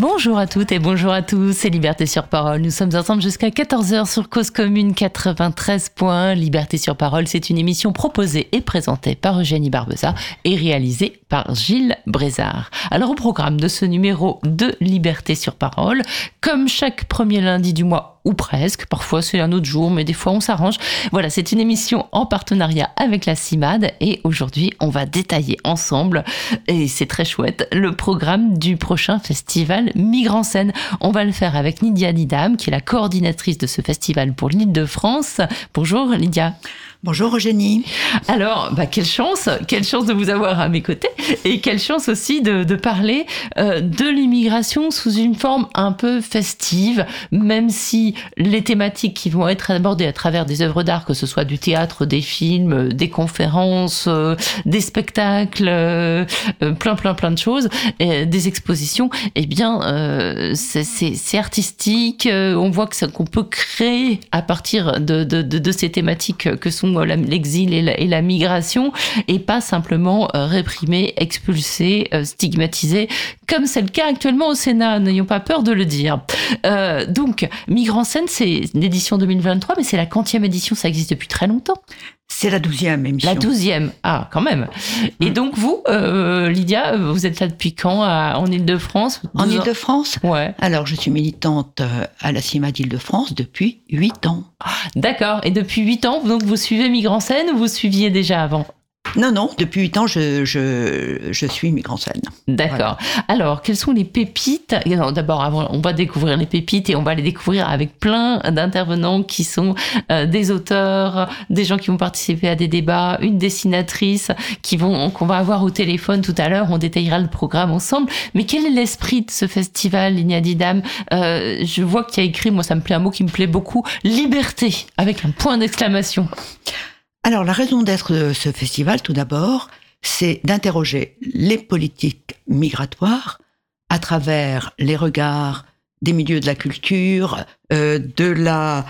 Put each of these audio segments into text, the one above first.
Bonjour à toutes et bonjour à tous, c'est Liberté sur Parole. Nous sommes ensemble jusqu'à 14h sur Cause Commune 93.1. Liberté sur Parole, c'est une émission proposée et présentée par Eugénie Barbeza et réalisée par Gilles Brézard. Alors au programme de ce numéro de Liberté sur Parole, comme chaque premier lundi du mois, ou presque, parfois c'est un autre jour, mais des fois on s'arrange. Voilà, c'est une émission en partenariat avec la CIMAD et aujourd'hui on va détailler ensemble, et c'est très chouette, le programme du prochain festival Migre-en-Scène. On va le faire avec Lydia Didam, qui est la coordinatrice de ce festival pour l'Île-de-France. Bonjour Lydia. Bonjour Eugénie. Alors, quelle chance de vous avoir à mes côtés et quelle chance aussi de parler de l'immigration sous une forme un peu festive, même si les thématiques qui vont être abordées à travers des œuvres d'art, que ce soit du théâtre, des films, des conférences, des spectacles, plein de choses, des expositions, eh bien, c'est artistique. On voit qu'on peut créer à partir de ces thématiques que sont l'exil et la migration, et pas simplement réprimé, expulsé, stigmatisé, comme c'est le cas actuellement au Sénat, n'ayons pas peur de le dire. Donc, Migre-en-Scène, c'est l'édition 2023, mais c'est la 40e édition, ça existe depuis très longtemps. C'est la 12e émission. La 12e, quand même. Et donc vous, Lydia, vous êtes là depuis quand en Île-de-France? En Île-de-France ? Ouais. Alors, je suis militante à la CIMAD d'Île-de-France depuis 8 ans. D'accord. Et depuis 8 ans, donc vous suivez Migre-en-Scène ou vous suiviez déjà avant ? Non, depuis 8 ans, je suis Migre-en-Scène. D'accord. Voilà. Alors, quelles sont les pépites ? D'abord, on va découvrir les pépites et on va les découvrir avec plein d'intervenants qui sont des auteurs, des gens qui vont participer à des débats, une dessinatrice qu'on va avoir au téléphone tout à l'heure. On détaillera le programme ensemble. Mais quel est l'esprit de ce festival, Lydia Didam ? Je vois qu'il y a écrit, moi ça me plaît, un mot qui me plaît beaucoup, liberté, avec un point d'exclamation. Alors, la raison d'être de ce festival, tout d'abord, c'est d'interroger les politiques migratoires à travers les regards des milieux de la culture, de la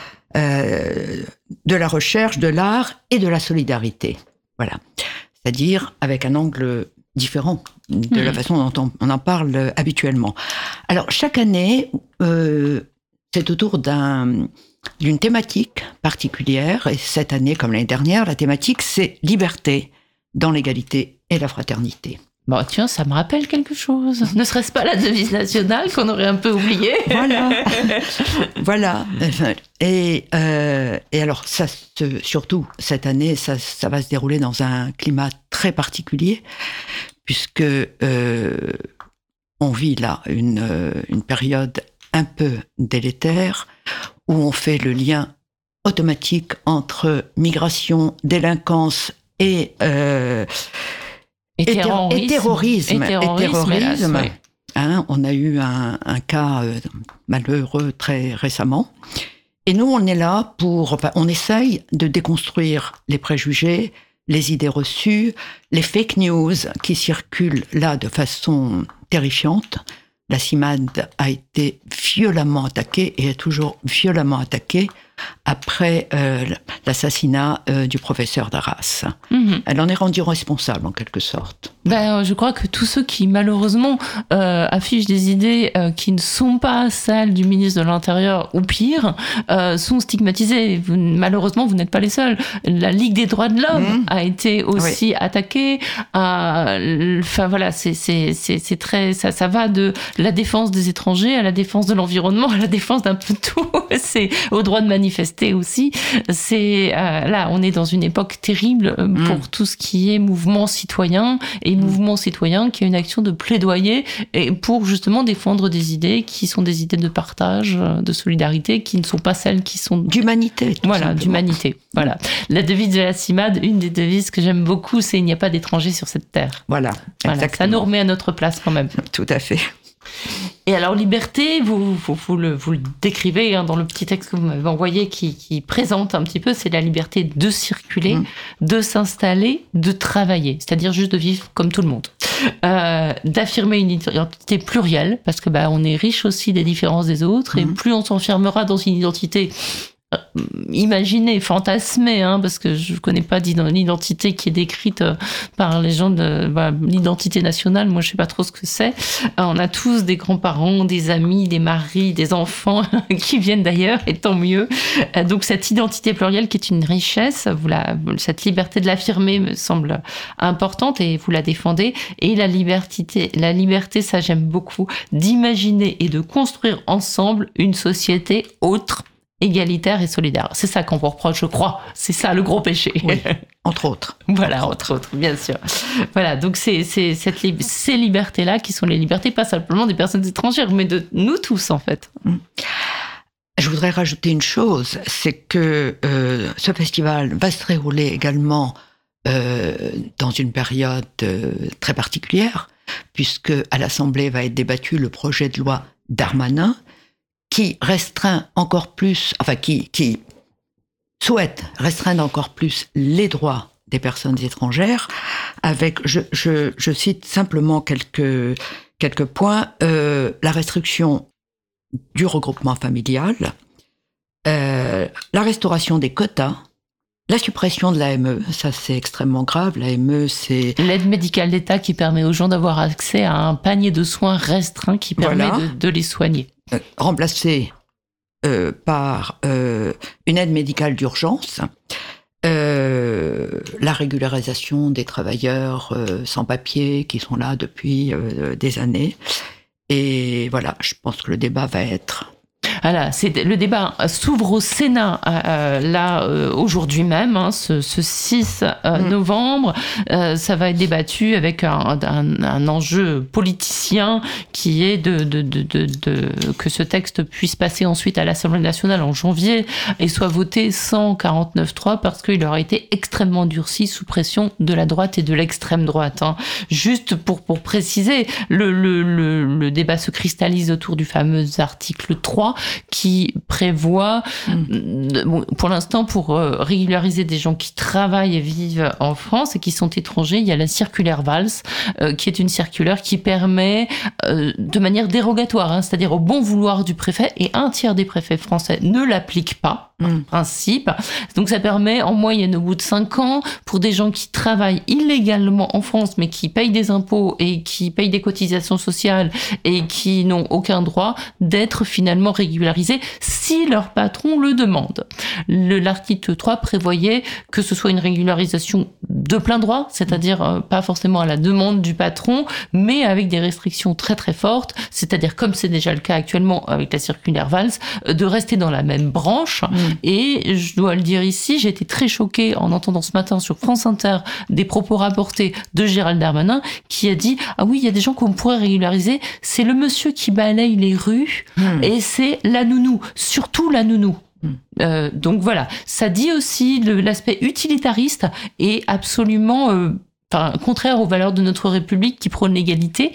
recherche, de l'art et de la solidarité. Voilà. C'est-à-dire avec un angle différent de la façon dont on en parle habituellement. Alors, chaque année, c'est autour d'une thématique particulière, et cette année, comme l'année dernière, la thématique, c'est liberté dans l'égalité et la fraternité. Bon, tiens, ça me rappelle quelque chose. Ne serait-ce pas la devise nationale qu'on aurait un peu oubliée ? Voilà. Et alors, ça, surtout, cette année, ça va se dérouler dans un climat très particulier, puisque on vit là une période un peu délétère, où on fait le lien automatique entre migration, délinquance et terrorisme. Hélas, oui. On a eu un cas malheureux très récemment. Et nous, on est là on essaye de déconstruire les préjugés, les idées reçues, les fake news qui circulent là de façon terrifiante. La CIMAD a été violemment attaquée et est toujours violemment attaquée après l'assassinat du professeur d'Arras. Elle en est rendue responsable, en quelque sorte. Je crois que tous ceux qui, malheureusement, affichent des idées qui ne sont pas celles du ministre de l'Intérieur, ou pire, sont stigmatisés. Malheureusement, vous n'êtes pas les seuls. La Ligue des droits de l'homme a été aussi attaquée. Enfin, voilà, c'est très... Ça va de la défense des étrangers à la défense de l'environnement, à la défense d'un peu tout. C'est au droit de manifester aussi. Là, on est dans une époque terrible pour tout ce qui est mouvement citoyen, et mouvement citoyen qui est une action de plaidoyer et pour justement défendre des idées qui sont des idées de partage, de solidarité, qui ne sont pas celles qui sont... D'humanité. Voilà, d'humanité. Voilà. La devise de la CIMAD, une des devises que j'aime beaucoup, c'est « Il n'y a pas d'étrangers sur cette terre ». Voilà. Ça nous remet à notre place quand même. Tout à fait. Et alors, liberté, vous le décrivez dans le petit texte que vous m'avez envoyé qui présente un petit peu, c'est la liberté de circuler, de s'installer, de travailler, c'est-à-dire juste de vivre comme tout le monde. D'affirmer une identité plurielle, parce que on est riche aussi des différences des autres, et plus on s'enfermera dans une identité imaginer, fantasmer, parce que je ne connais pas l'identité qui est décrite par les gens de l'identité nationale. Moi, je ne sais pas trop ce que c'est. On a tous des grands-parents, des amis, des maris, des enfants qui viennent d'ailleurs, et tant mieux. Donc, cette identité plurielle qui est une richesse, cette liberté de l'affirmer me semble importante et vous la défendez. Et la liberté, ça j'aime beaucoup, d'imaginer et de construire ensemble une société autre, égalitaire et solidaire. C'est ça qu'on vous reproche, je crois. C'est ça le gros péché. Oui, entre autres. Voilà, entre autres, bien sûr. Voilà, donc c'est ces libertés-là qui sont les libertés, pas simplement des personnes étrangères, mais de nous tous, en fait. Je voudrais rajouter une chose, c'est que ce festival va se dérouler également dans une période très particulière, puisque à l'Assemblée va être débattu le projet de loi Darmanin, qui restreint encore plus, qui souhaite restreindre encore plus les droits des personnes étrangères, avec, je cite simplement quelques points, la restriction du regroupement familial, la restauration des quotas, la suppression de l'AME, ça c'est extrêmement grave. L'AME, c'est l'aide médicale d'État qui permet aux gens d'avoir accès à un panier de soins restreint qui permet de les soigner. Remplacé par une aide médicale d'urgence, la régularisation des travailleurs sans papier qui sont là depuis des années. Et voilà, je pense que le débat va être... Voilà, le débat s'ouvre au Sénat aujourd'hui même, ce 6 novembre. Ça va être débattu avec un enjeu politicien qui est que ce texte puisse passer ensuite à l'Assemblée nationale en janvier et soit voté sans 49.3 parce qu'il aura été extrêmement durci sous pression de la droite et de l'extrême droite. Juste pour préciser, le débat se cristallise autour du fameux article 3 qui prévoit, pour l'instant, pour régulariser des gens qui travaillent et vivent en France et qui sont étrangers, il y a la circulaire Valls, qui est une circulaire qui permet, de manière dérogatoire, c'est-à-dire au bon vouloir du préfet, et un tiers des préfets français ne l'appliquent pas, en principe. Donc ça permet, en moyenne, au bout de 5 ans, pour des gens qui travaillent illégalement en France, mais qui payent des impôts et qui payent des cotisations sociales et qui n'ont aucun droit, d'être finalement régularisés si leur patron le demande. L'article 3 prévoyait que ce soit une régularisation de plein droit, c'est-à-dire pas forcément à la demande du patron, mais avec des restrictions très très fortes, c'est-à-dire comme c'est déjà le cas actuellement avec la circulaire Valls, de rester dans la même branche. Et je dois le dire ici, j'ai été très choquée en entendant ce matin sur France Inter des propos rapportés de Gérald Darmanin qui a dit « Ah oui, il y a des gens qu'on pourrait régulariser, c'est le monsieur qui balaye les rues et c'est la nounou, surtout la nounou. » Donc voilà, ça dit aussi l'aspect utilitariste et absolument contraire aux valeurs de notre République qui prône l'égalité.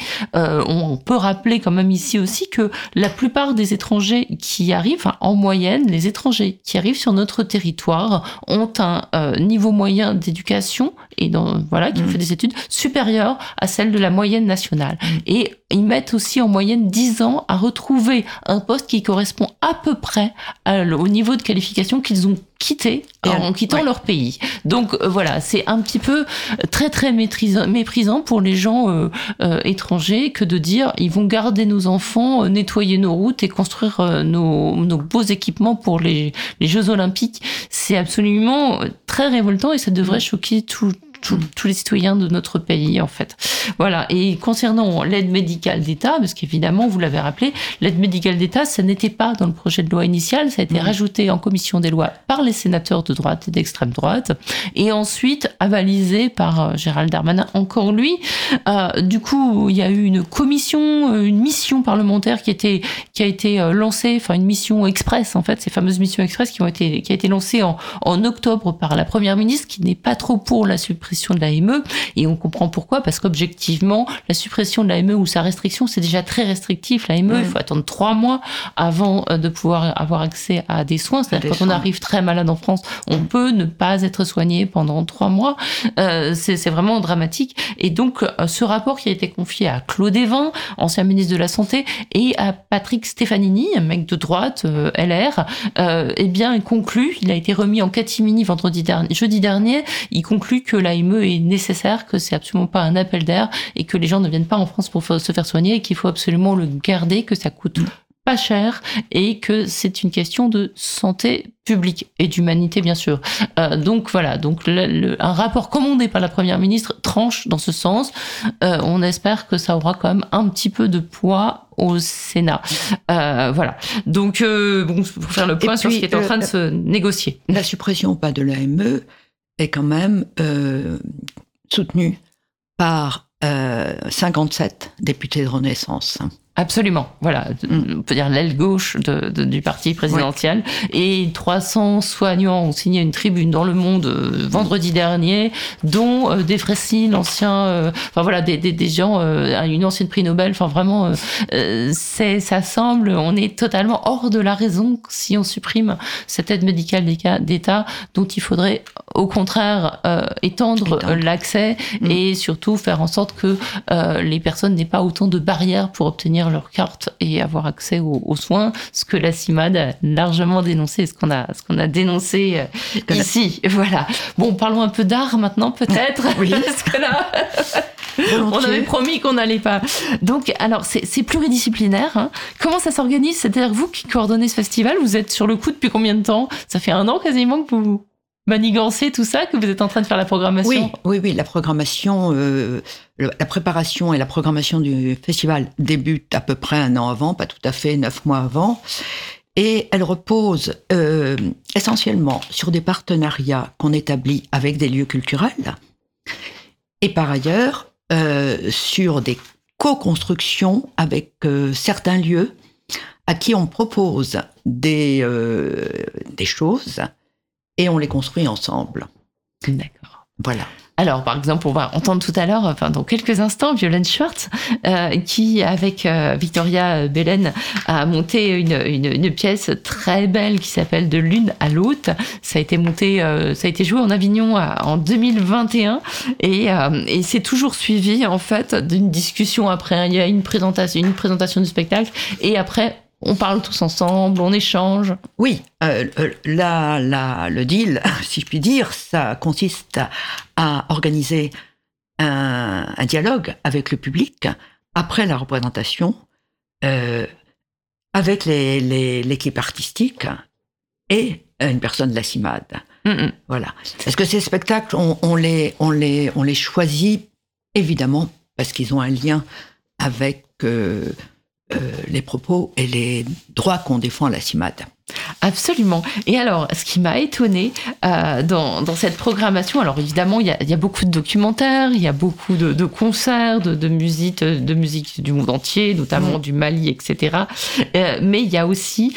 On peut rappeler quand même ici aussi que la plupart des étrangers qui arrivent, en moyenne, les étrangers qui arrivent sur notre territoire ont un niveau moyen d'éducation et qui fait des études supérieures à celle de la moyenne nationale. Et ils mettent aussi en moyenne 10 ans à retrouver un poste qui correspond à peu près au niveau de qualification qu'ils ont quitté en quittant leur pays. Donc voilà, c'est un petit peu très très méprisant pour les gens étrangers que de dire ils vont garder nos enfants, nettoyer nos routes et construire nos beaux équipements pour les Jeux Olympiques. C'est absolument très révoltant et ça devrait choquer tous les citoyens de notre pays, en fait. Voilà. Et concernant l'aide médicale d'État, parce qu'évidemment, vous l'avez rappelé, l'aide médicale d'État, ça n'était pas dans le projet de loi initial, ça a été rajouté en commission des lois par les sénateurs de droite et d'extrême droite, et ensuite avalisé par Gérald Darmanin, encore lui. Du coup, il y a eu une mission parlementaire qui a été lancée, enfin une mission express, en fait, ces fameuses missions express qui a été lancée en octobre par la Première ministre, qui n'est pas trop pour la suppression suppression de l'AME, et on comprend pourquoi, parce qu'objectivement, la suppression de l'AME ou sa restriction, c'est déjà très restrictif. L'AME, il faut attendre 3 mois avant de pouvoir avoir accès à des soins. C'est-à-dire quand on arrive très malade en France, on peut ne pas être soigné pendant 3 mois. C'est vraiment dramatique. Et donc, ce rapport qui a été confié à Claude Évin, ancien ministre de la Santé, et à Patrick Stefanini, un mec de droite, LR, eh bien, il conclut, il a été remis en catimini jeudi dernier, il conclut que l'AME est nécessaire, que c'est absolument pas un appel d'air, et que les gens ne viennent pas en France pour se faire soigner, et qu'il faut absolument le garder, que ça coûte pas cher, et que c'est une question de santé publique et d'humanité, bien sûr. Donc voilà, donc un rapport commandé par la Première ministre tranche dans ce sens. On espère que ça aura quand même un petit peu de poids au Sénat. Voilà. Donc, bon, pour faire le point sur ce qui est en train de se négocier. La suppression ou pas de l'AME est quand même soutenue par 57 députés de Renaissance. Absolument, voilà, on peut dire l'aile gauche du parti présidentiel. Oui. Et 300 soignants ont signé une tribune dans Le Monde vendredi dernier, dont des Frécy, l'ancien, enfin voilà, des gens, une ancienne prix Nobel. Enfin vraiment, ça semble, on est totalement hors de la raison si on supprime cette aide médicale d'État, dont il faudrait au contraire étendre l'accès et surtout faire en sorte que les personnes n'aient pas autant de barrières pour obtenir leur carte et avoir accès aux soins, ce que la CIMAD a largement dénoncé, ce qu'on a dénoncé ici. Voilà. Bon, parlons un peu d'art maintenant, peut-être. Oui. Parce que là, on avait promis qu'on n'allait pas. Donc, alors, c'est pluridisciplinaire. Hein. Comment ça s'organise ? C'est-à-dire, vous qui coordonnez ce festival, vous êtes sur le coup depuis combien de temps ? Ça fait 1 an quasiment que vous manigancez tout ça, que vous êtes en train de faire la programmation ? Oui, la programmation, la préparation et la programmation du festival débutent à peu près 1 an avant, pas tout à fait 9 mois avant, et elle repose essentiellement sur des partenariats qu'on établit avec des lieux culturels, et par ailleurs sur des co-constructions avec certains lieux à qui on propose des choses et on les construit ensemble. D'accord. Voilà. Alors, par exemple, on va entendre tout à l'heure, enfin, dans quelques instants, Violaine Schwartz, qui, avec Victoria Belen, a monté une pièce très belle qui s'appelle De l'une à l'autre. Ça a été joué en Avignon en 2021 et c'est toujours suivi, en fait, d'une discussion après. Il y a une présentation du spectacle et après, on parle tous ensemble, on échange. Oui, le deal, si je puis dire, ça consiste à organiser un dialogue avec le public après la représentation, avec l'équipe artistique et une personne de la CIMAD. Voilà. Parce que ces spectacles, on les choisit évidemment parce qu'ils ont un lien avec les propos et les droits qu'on défend à la CIMAD. Absolument. Et alors, ce qui m'a étonnée dans cette programmation, alors évidemment, il y a beaucoup de documentaires, il y a beaucoup de concerts, de musique du monde entier, notamment du Mali, etc. Mais il y a aussi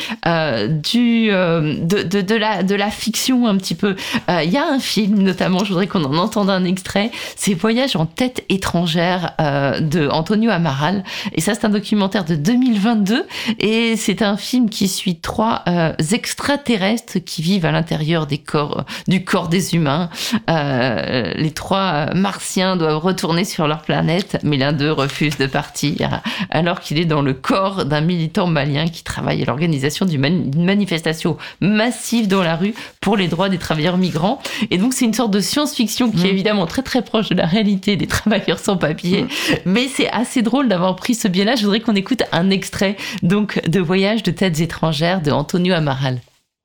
de la fiction un petit peu. Il y a un film, notamment, je voudrais qu'on en entende un extrait, c'est Voyage en tête étrangère de Antonio Amaral. Et ça, c'est un documentaire de 2022 et c'est un film qui suit 3 extraterrestres qui vivent à l'intérieur du corps des humains. Les 3 martiens doivent retourner sur leur planète, mais l'un d'eux refuse de partir, alors qu'il est dans le corps d'un militant malien qui travaille à l'organisation d'une manifestation massive dans la rue pour les droits des travailleurs migrants. Et donc, c'est une sorte de science-fiction qui est évidemment très très proche de la réalité des travailleurs sans papier, mais c'est assez drôle d'avoir pris ce biais-là. Je voudrais qu'on écoute un extrait donc de Voyage de têtes étrangères de Antonio Amaral.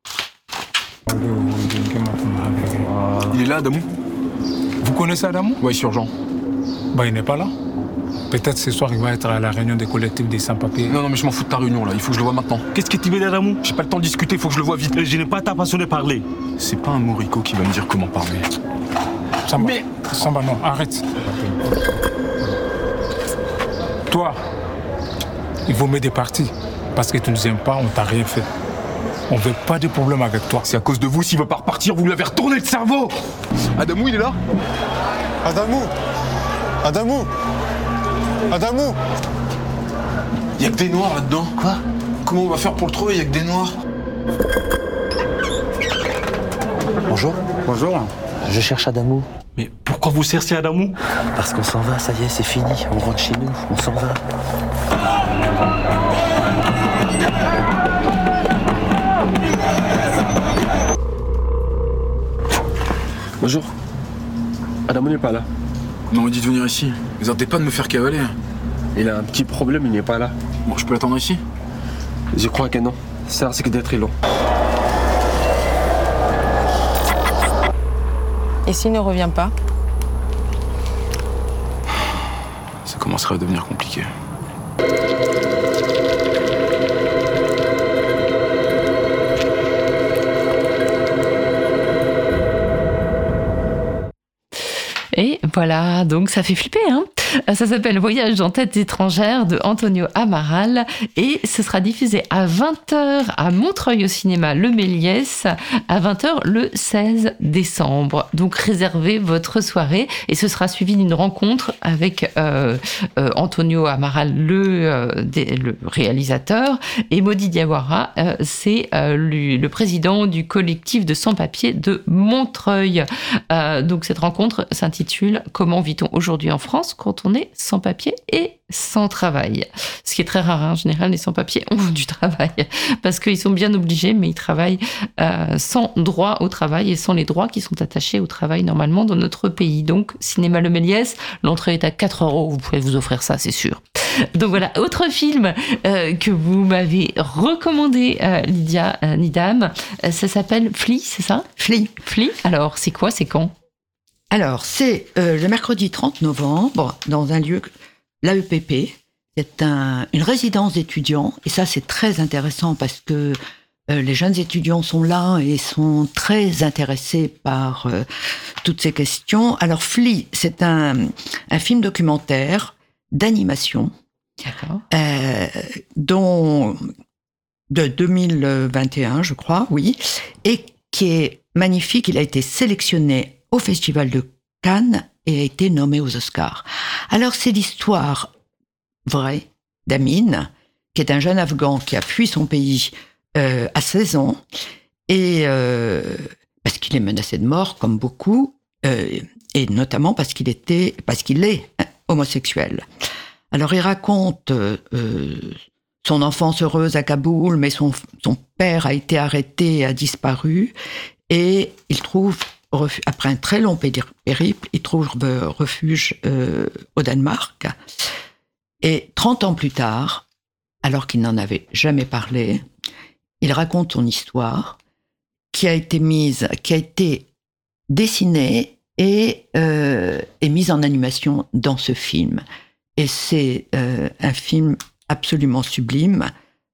Il est là, Adamou. Vous connaissez Adamou ? Ouais, Surgeon. Bah, il n'est pas là. Peut-être ce soir, il va être à la réunion des collectifs des sans-papiers. Non, mais je m'en fous de ta réunion, là. Il faut que je le vois maintenant. Qu'est-ce que tu veux d'Adamou ? J'ai pas le temps de discuter, il faut que je le vois vite. Je n'ai pas ta façon de parler. C'est pas un Morico qui va me dire comment parler. Samba, non, arrête. Toi, il vaut mieux des partis. Parce que tu ne nous aimes pas, on t'a rien fait. On veut pas de problème avec toi. C'est à cause de vous, s'il veut pas repartir, vous lui avez retourné le cerveau. Adamou, il est là ? Adamou! Adamou! Adamou! Y'a que des noirs là-dedans. Quoi? Comment on va faire pour le trouver? Y'a que des noirs. Bonjour, Bonjour. je cherche Adamou. Mais pourquoi vous cherchez Adamou? Parce qu'on s'en va, ça y est, c'est fini. On rentre chez nous, on s'en va. Bonjour. Adamou n'est pas là. Non, on dit de venir ici. Vous arrêtez pas de me faire cavaler. Il a un petit problème, il n'est pas là. Bon, je peux l'attendre ici? Je crois que non. Ça risque d'être long. Et s'il ne revient pas? Ça commencerait à devenir compliqué. Et voilà, donc ça fait flipper, hein. Ça s'appelle Voyage en tête étrangère de Antonio Amaral et ce sera diffusé à 20h à Montreuil au cinéma Le Méliès, à 20h le 16 décembre. Donc réservez votre soirée et ce sera suivi d'une rencontre avec Antonio Amaral, le réalisateur, et Modi Diawara, c'est le président du collectif de sans-papiers de Montreuil. Donc cette rencontre s'intitule « Comment vit-on aujourd'hui en France quand on est sans papier et sans travail ?» Ce qui est très rare, hein. En général, les sans-papiers ont du travail parce qu'ils sont bien obligés, mais ils travaillent sans droit au travail et sans les droits qui sont attachés au travail normalement dans notre pays. Donc, Cinéma Le Méliès, l'entrée est à 4 €, vous pouvez vous offrir ça, c'est sûr. Donc voilà, autre film que vous m'avez recommandé, Lydia Nidam, ça s'appelle Flea, c'est ça? Flea. Flea, alors c'est quoi, c'est quand? Alors, c'est le mercredi 30 novembre, dans un lieu, l'AEPP. C'est une résidence d'étudiants. Et ça, c'est très intéressant parce que les jeunes étudiants sont là et sont très intéressés par toutes ces questions. Alors, Flea, c'est un film documentaire d'animation. D'accord. De 2021, je crois, oui. Et qui est magnifique. Il a été sélectionné au Festival de Cannes et a été nommé aux Oscars. Alors, c'est l'histoire vraie d'Amin, qui est un jeune Afghan qui a fui son pays à 16 ans, et parce qu'il est menacé de mort, comme beaucoup, et notamment parce qu'il est homosexuel. Alors, il raconte son enfance heureuse à Kaboul, mais son père a été arrêté et a disparu, et il trouve après un très long périple, il trouve refuge au Danemark. Et 30 ans plus tard, alors qu'il n'en avait jamais parlé, il raconte son histoire qui a été dessinée et mise en animation dans ce film. Et c'est un film absolument sublime.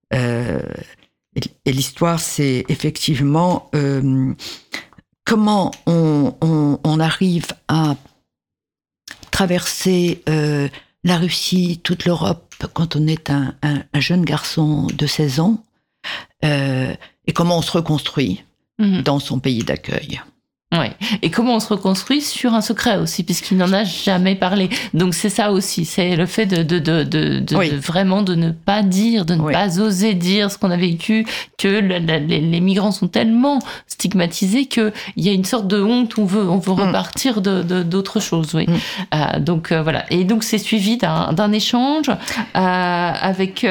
Et l'histoire, c'est effectivement comment on arrive à traverser la Russie, toute l'Europe, quand on est un jeune garçon de 16 ans, et comment on se reconstruit dans son pays d'accueil. Ouais. Et comment on se reconstruit sur un secret aussi, puisqu'il n'en a jamais parlé. Donc c'est ça aussi, c'est le fait de vraiment de ne pas dire, de ne pas oser dire ce qu'on a vécu, que les migrants sont tellement stigmatisés qu'il y a une sorte de honte, on veut repartir d'autres choses. Oui. Donc voilà. Et donc c'est suivi d'un échange avec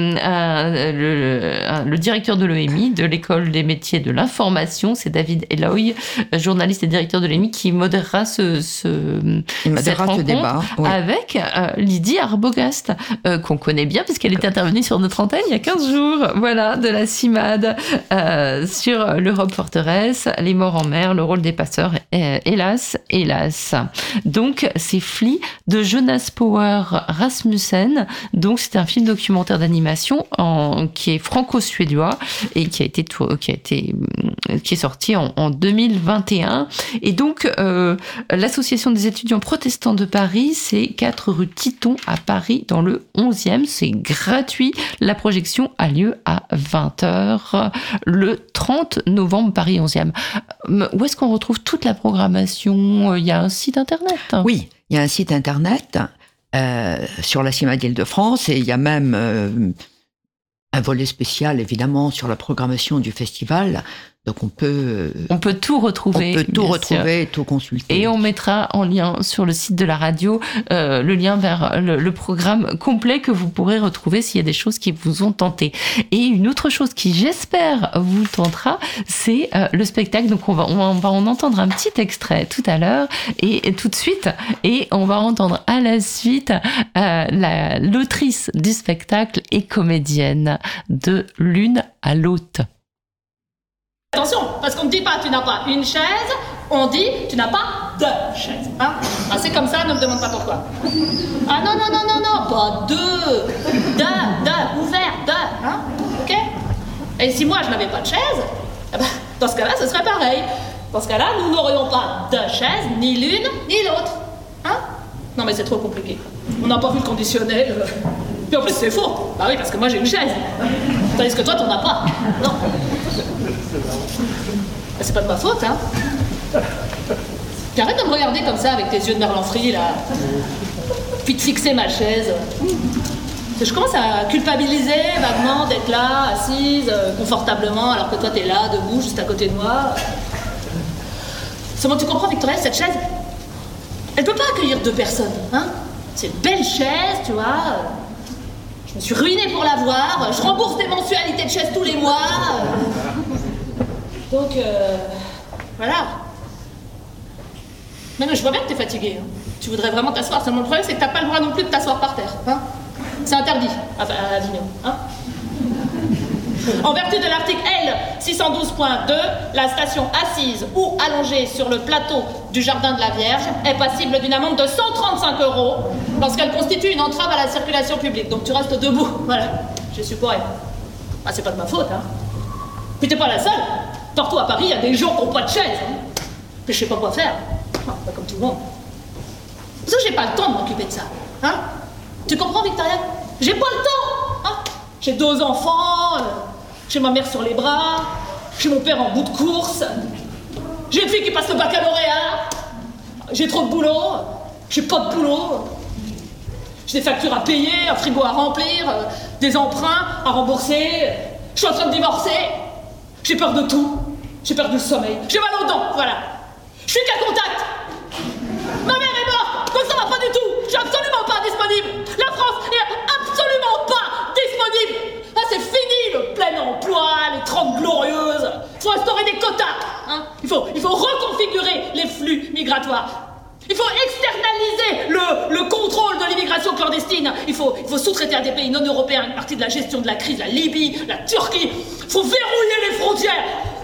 le directeur de l'EMI, de l'école des métiers de l'information, c'est David Eloy, journaliste et directeur de l'EMI, qui modérera cette rencontre débat, avec Lydie Arbogast, qu'on connaît bien puisqu'elle était intervenue sur notre antenne il y a 15 jours, voilà, de la CIMAD, sur l'Europe forteresse, les morts en mer, le rôle des passeurs, hélas. Donc c'est Flea de Jonas Power Rasmussen. Donc c'est un film documentaire d'animation qui est franco-suédois et qui est sorti en 2021. 2021. Et donc, l'association des étudiants protestants de Paris, c'est 4 rue Titon à Paris, dans le 11e. C'est gratuit. La projection a lieu à 20h le 30 novembre, Paris 11e. Où est-ce qu'on retrouve toute la programmation ? Il y a un site internet ? Oui, il y a un site internet sur la CIMAD d'Île-de-France et il y a même un volet spécial, évidemment, sur la programmation du festival. Donc on peut tout retrouver. On peut tout retrouver, tout consulter. Et on mettra en lien sur le site de la radio le lien vers le programme complet que vous pourrez retrouver s'il y a des choses qui vous ont tenté. Et une autre chose qui, j'espère, vous tentera, c'est le spectacle. Donc on va en entendre un petit extrait tout à l'heure et tout de suite. Et on va entendre à la suite l'autrice du spectacle et comédienne de L'une à l'autre. Attention, parce qu'on ne dit pas tu n'as pas une chaise, on dit tu n'as pas deux chaises. Hein, c'est comme ça, ne me demande pas pourquoi. Ah non, pas deux. Deux, ouvert, deux. Hein, ok ? Et si moi je n'avais pas de chaise, dans ce cas-là, ce serait pareil. Dans ce cas-là, nous n'aurions pas deux chaises, ni l'une, ni l'autre. Hein ? Non mais c'est trop compliqué. On n'a pas vu le conditionnel. Puis en plus c'est faux. Bah oui, parce que moi j'ai une chaise. Tandis que toi t'en as pas. Non. C'est pas de ma faute, hein. Puis arrête de me regarder comme ça avec tes yeux de merlan-frit, là. Puis de fixer ma chaise. Je commence à culpabiliser vaguement d'être là, assise, confortablement, alors que toi t'es là, debout, juste à côté de moi. Seulement tu comprends, Victoria, cette chaise, elle peut pas accueillir deux personnes, hein. C'est une belle chaise, tu vois. Je me suis ruinée pour l'avoir, je rembourse des mensualités de chaise tous les mois. Donc, voilà. Mais non, je vois bien que t'es fatiguée. Hein. Tu voudrais vraiment t'asseoir. Seulement le problème, c'est que t'as pas le droit non plus de t'asseoir par terre. Hein. C'est interdit à Avignon. Hein. En vertu de l'article L 612.2, la station assise ou allongée sur le plateau du jardin de la Vierge est passible d'une amende de 135 € lorsqu'elle constitue une entrave à la circulation publique. Donc tu restes debout. Voilà. J'ai su pour elle. Ah, c'est pas de ma faute, hein. Puis t'es pas la seule. Partout à Paris, il y a des gens qui n'ont pas de chaise. Hein. Mais je sais pas quoi faire. Pas comme tout le monde. Parce que j'ai pas le temps de m'occuper de ça. Hein. Tu comprends, Victoria ? J'ai pas le temps. Hein. J'ai 2 enfants, j'ai ma mère sur les bras, j'ai mon père en bout de course, j'ai une fille qui passe le baccalauréat, j'ai trop de boulot, j'ai pas de boulot, j'ai des factures à payer, un frigo à remplir, des emprunts à rembourser, je suis en train de divorcer, j'ai peur de tout, j'ai perdu le sommeil, j'ai mal aux dents, voilà. Je suis qu'à contact. Ma mère est morte, donc ça va pas du tout, je suis absolument pas disponible. La France est absolument pas disponible. Ah, c'est fini le plein emploi, les 30 glorieuses. Il faut instaurer des quotas. Hein. Il faut reconfigurer les flux migratoires. Il faut externaliser le contrôle de l'immigration clandestine. Il faut sous-traiter à des pays non européens une partie de la gestion de la crise, la Libye, la Turquie. Il faut verrouiller les frontières.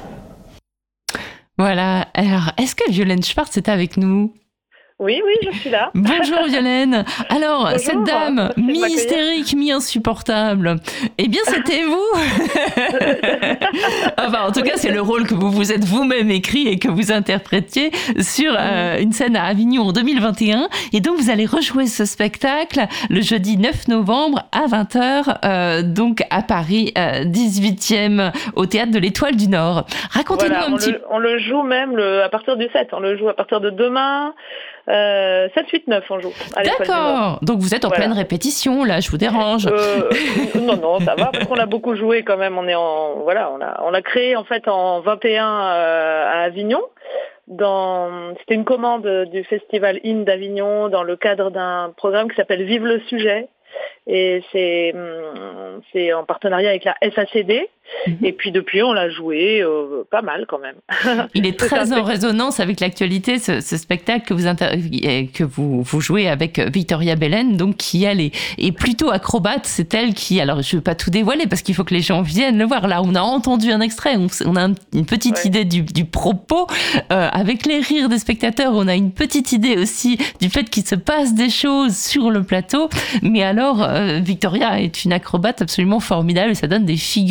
Voilà. Alors, est-ce que Violaine Schwartz est avec nous ? Oui, je suis là. Bonjour Violaine. Alors, bonjour, cette dame, mi-hystérique, mi-insupportable, eh bien c'était vous. Enfin, en tout cas, c'est le rôle que vous vous êtes vous-même écrit et que vous interprétiez sur une scène à Avignon en 2021. Et donc, vous allez rejouer ce spectacle le jeudi 9 novembre à 20h, donc à Paris, 18e, au Théâtre de l'Étoile du Nord. Racontez-nous un petit... On le joue même à partir du 7, on le joue à partir de demain... 7, 8, 9 on joue. D'accord. Donc vous êtes en pleine répétition, là, je vous dérange. Non, ça va, parce qu'on a beaucoup joué quand même. On l'a créé en fait en 21 à Avignon. C'était une commande du festival IN d'Avignon dans le cadre d'un programme qui s'appelle Vive le sujet. Et c'est en partenariat avec la SACD. Et puis depuis, on l'a joué pas mal quand même. Il est très en résonance avec l'actualité, ce spectacle que vous jouez avec Victoria Belen, donc qui elle est plutôt acrobate. C'est elle qui, alors je ne veux pas tout dévoiler parce qu'il faut que les gens viennent le voir. Là, on a entendu un extrait, on a une petite idée du propos avec les rires des spectateurs. On a une petite idée aussi du fait qu'il se passe des choses sur le plateau. Mais alors, Victoria est une acrobate absolument formidable et ça donne des figures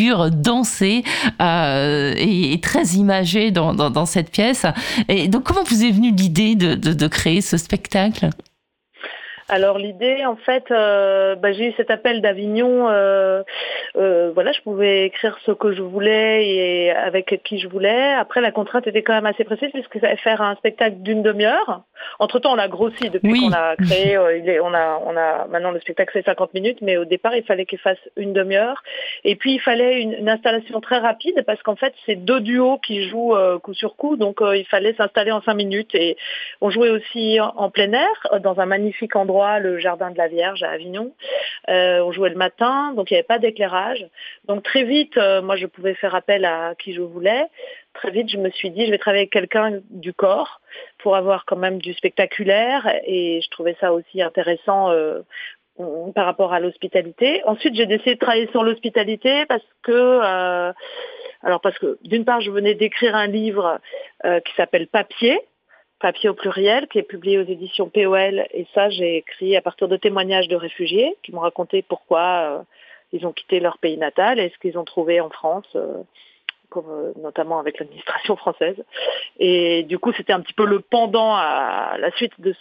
dansé et très imagé dans cette pièce. Et donc, comment vous est venue l'idée de créer ce spectacle ? Alors l'idée, en fait, j'ai eu cet appel d'Avignon. Voilà, je pouvais écrire ce que je voulais et avec qui je voulais. Après, la contrainte était quand même assez précise puisque ça allait faire un spectacle d'une demi-heure. Entre-temps, on l'a grossi depuis qu'on a créé. On a maintenant le spectacle fait 50 minutes, mais au départ, il fallait qu'il fasse une demi-heure. Et puis, il fallait une installation très rapide parce qu'en fait, c'est 2 duos qui jouent coup sur coup, donc il fallait s'installer en 5 minutes. Et on jouait aussi en plein air dans un magnifique endroit, le Jardin de la Vierge à Avignon. On jouait le matin, donc il n'y avait pas d'éclairage. Donc très vite, moi je pouvais faire appel à qui je voulais. Très vite, je me suis dit, je vais travailler avec quelqu'un du corps pour avoir quand même du spectaculaire. Et je trouvais ça aussi intéressant par rapport à l'hospitalité. Ensuite, j'ai décidé de travailler sur l'hospitalité parce que d'une part, je venais d'écrire un livre qui s'appelle Papier au pluriel, qui est publié aux éditions POL. Et ça, j'ai écrit à partir de témoignages de réfugiés qui m'ont raconté pourquoi ils ont quitté leur pays natal et ce qu'ils ont trouvé en France, notamment avec l'administration française. Et du coup, c'était un petit peu le pendant à la suite de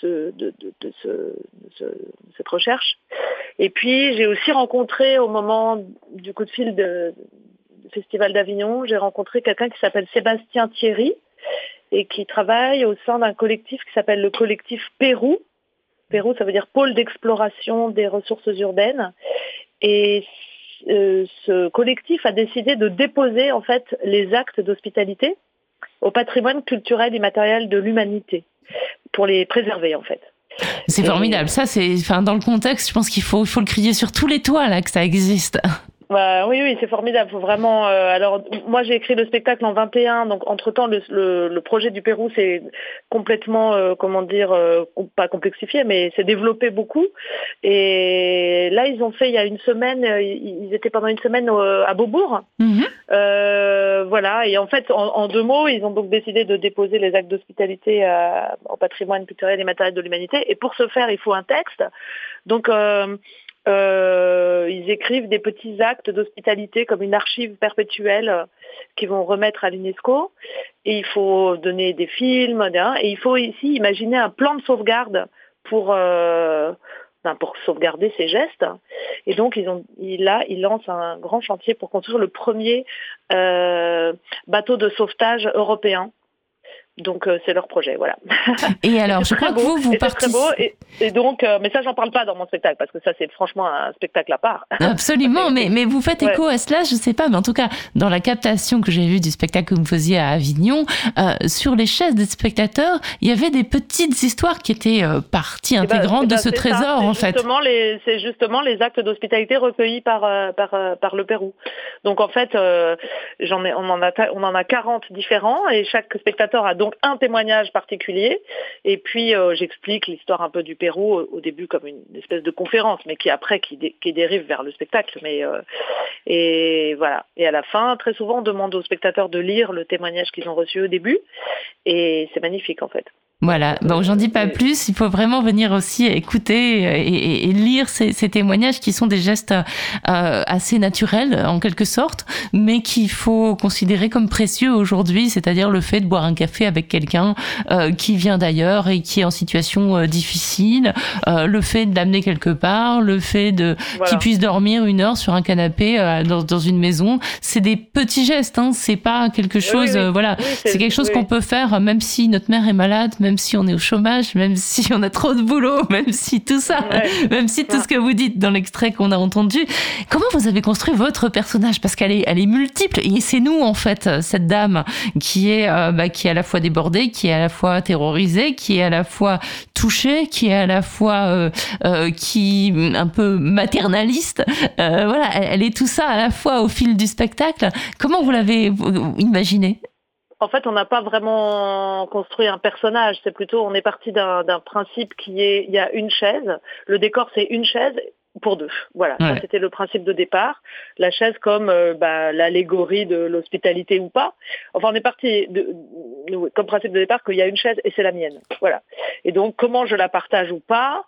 cette recherche. Et puis, j'ai aussi rencontré, au moment du coup de fil du Festival d'Avignon, j'ai rencontré quelqu'un qui s'appelle Sébastien Thierry, et qui travaille au sein d'un collectif qui s'appelle le collectif Pérou. Pérou, ça veut dire pôle d'exploration des ressources urbaines. Et ce collectif a décidé de déposer en fait les actes d'hospitalité au patrimoine culturel immatériel de l'humanité pour les préserver en fait. C'est formidable. Ça, dans le contexte, je pense qu'il faut le crier sur tous les toits là que ça existe. Oui, c'est formidable. Faut vraiment. Alors, moi, j'ai écrit le spectacle en 21, donc entre-temps, le projet du Pérou s'est complètement, pas complexifié, mais s'est développé beaucoup. Et là, ils ont fait il y a une semaine, ils étaient pendant une semaine à Beaubourg. Voilà. Et en fait, en 2 mots, ils ont donc décidé de déposer les actes d'hospitalité au patrimoine culturel et matériel de l'humanité. Et pour ce faire, il faut un texte. Donc ils écrivent des petits actes d'hospitalité comme une archive perpétuelle qu'ils vont remettre à l'UNESCO. Et il faut donner des films, et il faut ici imaginer un plan de sauvegarde pour sauvegarder ces gestes. Et donc, ils lancent un grand chantier pour construire le premier bateau de sauvetage européen. Donc c'est leur projet, voilà. Et alors, je crois que vous participez. C'est très beau, et donc, mais ça j'en parle pas dans mon spectacle parce que ça c'est franchement un spectacle à part. Absolument, mais vous faites écho à cela, je sais pas, mais en tout cas dans la captation que j'ai vue du spectacle que vous faisiez à Avignon, sur les chaises des spectateurs, il y avait des petites histoires qui étaient partie intégrante de ce trésor en fait. C'est justement les actes d'hospitalité recueillis par le Pérou. Donc en fait, on en a 40 différents et chaque spectateur a donc un témoignage particulier, et puis j'explique l'histoire un peu du Pérou au début comme une espèce de conférence, mais qui dérive vers le spectacle. Et voilà. Et à la fin, très souvent, on demande aux spectateurs de lire le témoignage qu'ils ont reçu au début, et c'est magnifique en fait. Voilà, bon, j'en dis pas plus, il faut vraiment venir aussi écouter et lire ces témoignages qui sont des gestes assez naturels en quelque sorte, mais qu'il faut considérer comme précieux aujourd'hui, c'est-à-dire le fait de boire un café avec quelqu'un qui vient d'ailleurs et qui est en situation difficile, le fait de l'amener quelque part, le fait qu'il puisse dormir 1 heure sur un canapé dans une maison, c'est des petits gestes, hein, c'est pas quelque chose, c'est quelque chose qu'on peut faire même si notre mère est malade, même si on est au chômage, même si on a trop de boulot, même si tout ça, même si tout ce que vous dites dans l'extrait qu'on a entendu. Comment vous avez construit votre personnage? Parce qu'elle est multiple, et c'est nous en fait, cette dame qui est à la fois débordée, qui est à la fois terrorisée, qui est à la fois touchée, qui est à la fois qui un peu maternaliste. Elle est tout ça à la fois au fil du spectacle. Comment vous l'avez imaginé? En fait, on n'a pas vraiment construit un personnage. C'est plutôt, on est parti d'un principe qui est, il y a une chaise. Le décor, c'est une chaise pour 2. Voilà, ça c'était le principe de départ. La chaise comme l'allégorie de l'hospitalité ou pas. Enfin, on est parti comme principe de départ qu'il y a une chaise et c'est la mienne. Voilà. Et donc, comment je la partage ou pas.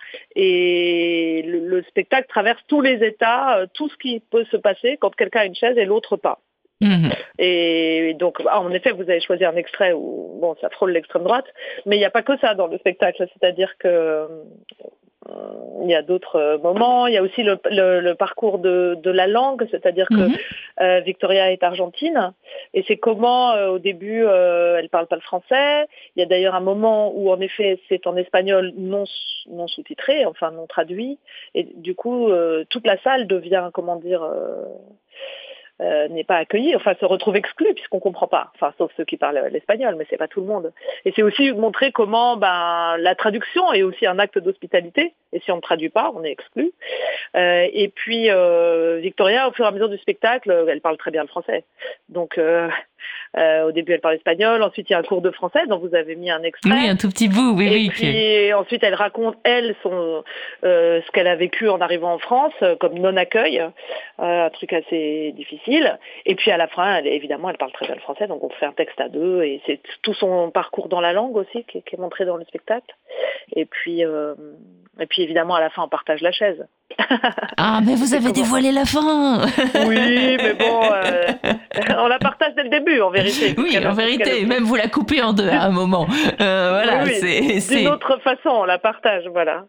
Et le spectacle traverse tous les états, tout ce qui peut se passer quand quelqu'un a une chaise et l'autre pas. Et donc, en effet, vous avez choisi un extrait où, bon, ça frôle l'extrême droite, mais il n'y a pas que ça dans le spectacle. C'est-à-dire que il y a d'autres moments. Il y a aussi le parcours de la langue, c'est-à-dire que Victoria est argentine, et c'est comment, au début, elle parle pas le français. Il y a d'ailleurs un moment où, en effet, c'est en espagnol non sous-titré, enfin non traduit, et du coup, toute la salle devient, comment dire... n'est pas accueilli, enfin se retrouve exclu puisqu'on comprend pas, enfin sauf ceux qui parlent l'espagnol, mais c'est pas tout le monde. Et c'est aussi montrer comment la traduction est aussi un acte d'hospitalité, et si on ne traduit pas, on est exclu. Et puis Victoria, au fur et à mesure du spectacle, elle parle très bien le français. Donc au début elle parle espagnol, ensuite il y a un cours de français dont vous avez mis un extrait. Oui, un tout petit bout, oui. Et puis ensuite elle raconte, ce qu'elle a vécu en arrivant en France, comme non-accueil, un truc assez difficile. Et puis à la fin, évidemment, elle parle très bien le français, donc on fait un texte à deux, et c'est tout son parcours dans la langue aussi qui est montré dans le spectacle. Et puis évidemment, à la fin, on partage la chaise. Ah, mais vous avez dévoilé la fin. Oui, mais bon, on la partage dès le début, en vérité. Oui, en vérité, même vous la coupez en deux à un moment. Voilà, oui, c'est... D'une autre façon, on la partage, voilà.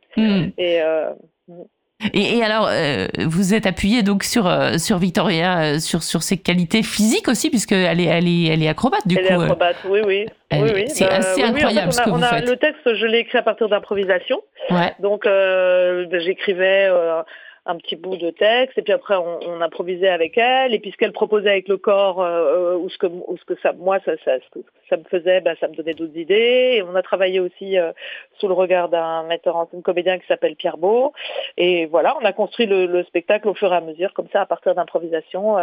Et alors, vous êtes appuyé donc sur Victoria, sur ses qualités physiques aussi, puisqu'elle est acrobate du coup. Elle est acrobate, oui. C'est assez incroyable en fait, ce que vous faites. Le texte, je l'ai écrit à partir d'improvisation. Ouais. Donc, j'écrivais un petit bout de texte, et puis après on improvisait avec elle, et puis ce qu'elle proposait avec le corps, ou ce que ça me faisait, ça me donnait d'autres idées. Et on a travaillé aussi sous le regard d'un metteur en scène comédien qui s'appelle Pierre Beau, et voilà, on a construit le spectacle au fur et à mesure, comme ça, à partir d'improvisation,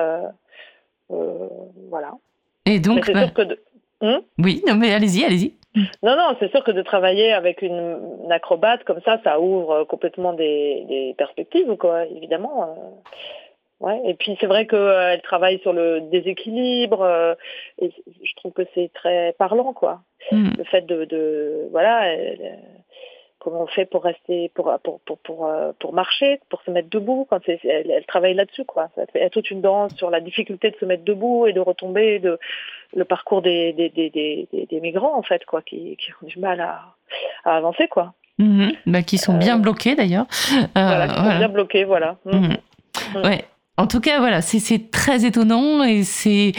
voilà. Et donc, c'est sûr que oui, non mais allez-y. Non, c'est sûr que de travailler avec une acrobate comme ça ouvre complètement des perspectives, quoi, évidemment. Ouais. Et puis c'est vrai qu'elle travaille sur le déséquilibre, et je trouve que c'est très parlant, quoi. Le fait comment on fait pour rester, pour marcher, pour se mettre debout, quand elle travaille là-dessus, quoi. Elle a toute une danse sur la difficulté de se mettre debout et de retomber, le parcours des migrants, en fait, quoi, qui ont du mal à avancer, quoi. Qui sont bien bloqués, d'ailleurs. Sont bien bloqués, voilà. Ouais. En tout cas, voilà, c'est très étonnant, et c'est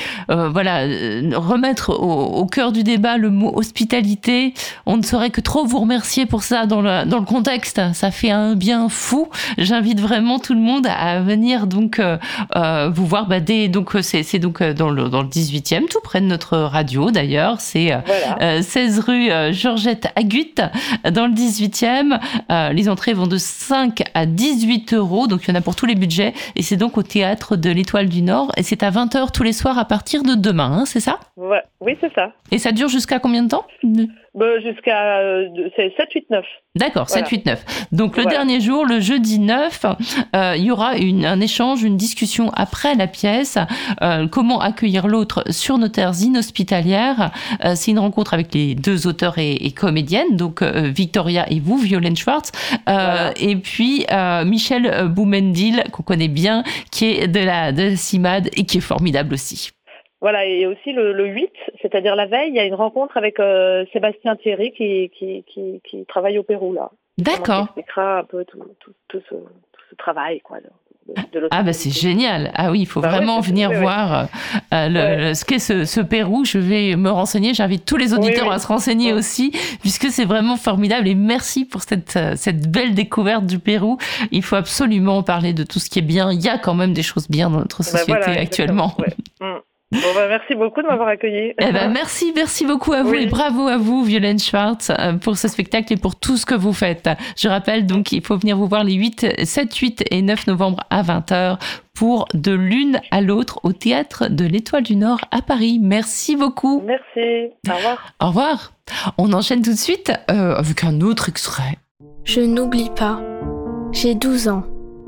remettre au cœur du débat le mot hospitalité. On ne saurait que trop vous remercier pour ça dans le contexte. Ça fait un bien fou. J'invite vraiment tout le monde à venir donc vous voir. C'est donc dans le 18e, tout près de notre radio d'ailleurs. C'est 16 rue Georgette Agut dans le 18e. Les entrées vont de 5 à 18 €, donc il y en a pour tous les budgets, et c'est donc au théâtre de l'Étoile du Nord, et c'est à 20h tous les soirs à partir de demain, c'est ça ? Ouais, oui, c'est ça. Et ça dure jusqu'à combien de temps ? Jusqu'à 7, 8, 9. D'accord, 7, 8, 9. Donc le dernier jour, le jeudi 9, il y aura un échange, une discussion après la pièce. Comment accueillir l'autre sur nos terres inhospitalières. C'est une rencontre avec les deux auteurs et comédiennes, donc Victoria et vous, Violaine Schwartz. Et puis Michel Boumendil, qu'on connaît bien, qui est de la CIMAD et qui est formidable aussi. Voilà, et aussi le 8, c'est-à-dire la veille, il y a une rencontre avec Sébastien Thierry qui travaille au Pérou, là. D'accord. Il expliquera un peu tout ce travail, quoi. C'est génial. Ah oui, il faut vraiment venir voir ce qu'est ce Pérou. Je vais me renseigner. J'invite tous les auditeurs à se renseigner aussi, puisque c'est vraiment formidable. Et merci pour cette belle découverte du Pérou. Il faut absolument parler de tout ce qui est bien. Il y a quand même des choses bien dans notre société actuellement. Merci beaucoup de m'avoir accueilli. Merci beaucoup à vous, et bravo à vous, Violaine Schwartz, pour ce spectacle et pour tout ce que vous faites. Je rappelle donc qu'il faut venir vous voir les 7, 8 et 9 novembre à 20h pour De l'une à l'autre au théâtre de l'Étoile du Nord à Paris. Merci beaucoup. Merci. Au revoir. Au revoir. On enchaîne tout de suite avec un autre extrait. Je n'oublie pas. J'ai 12 ans.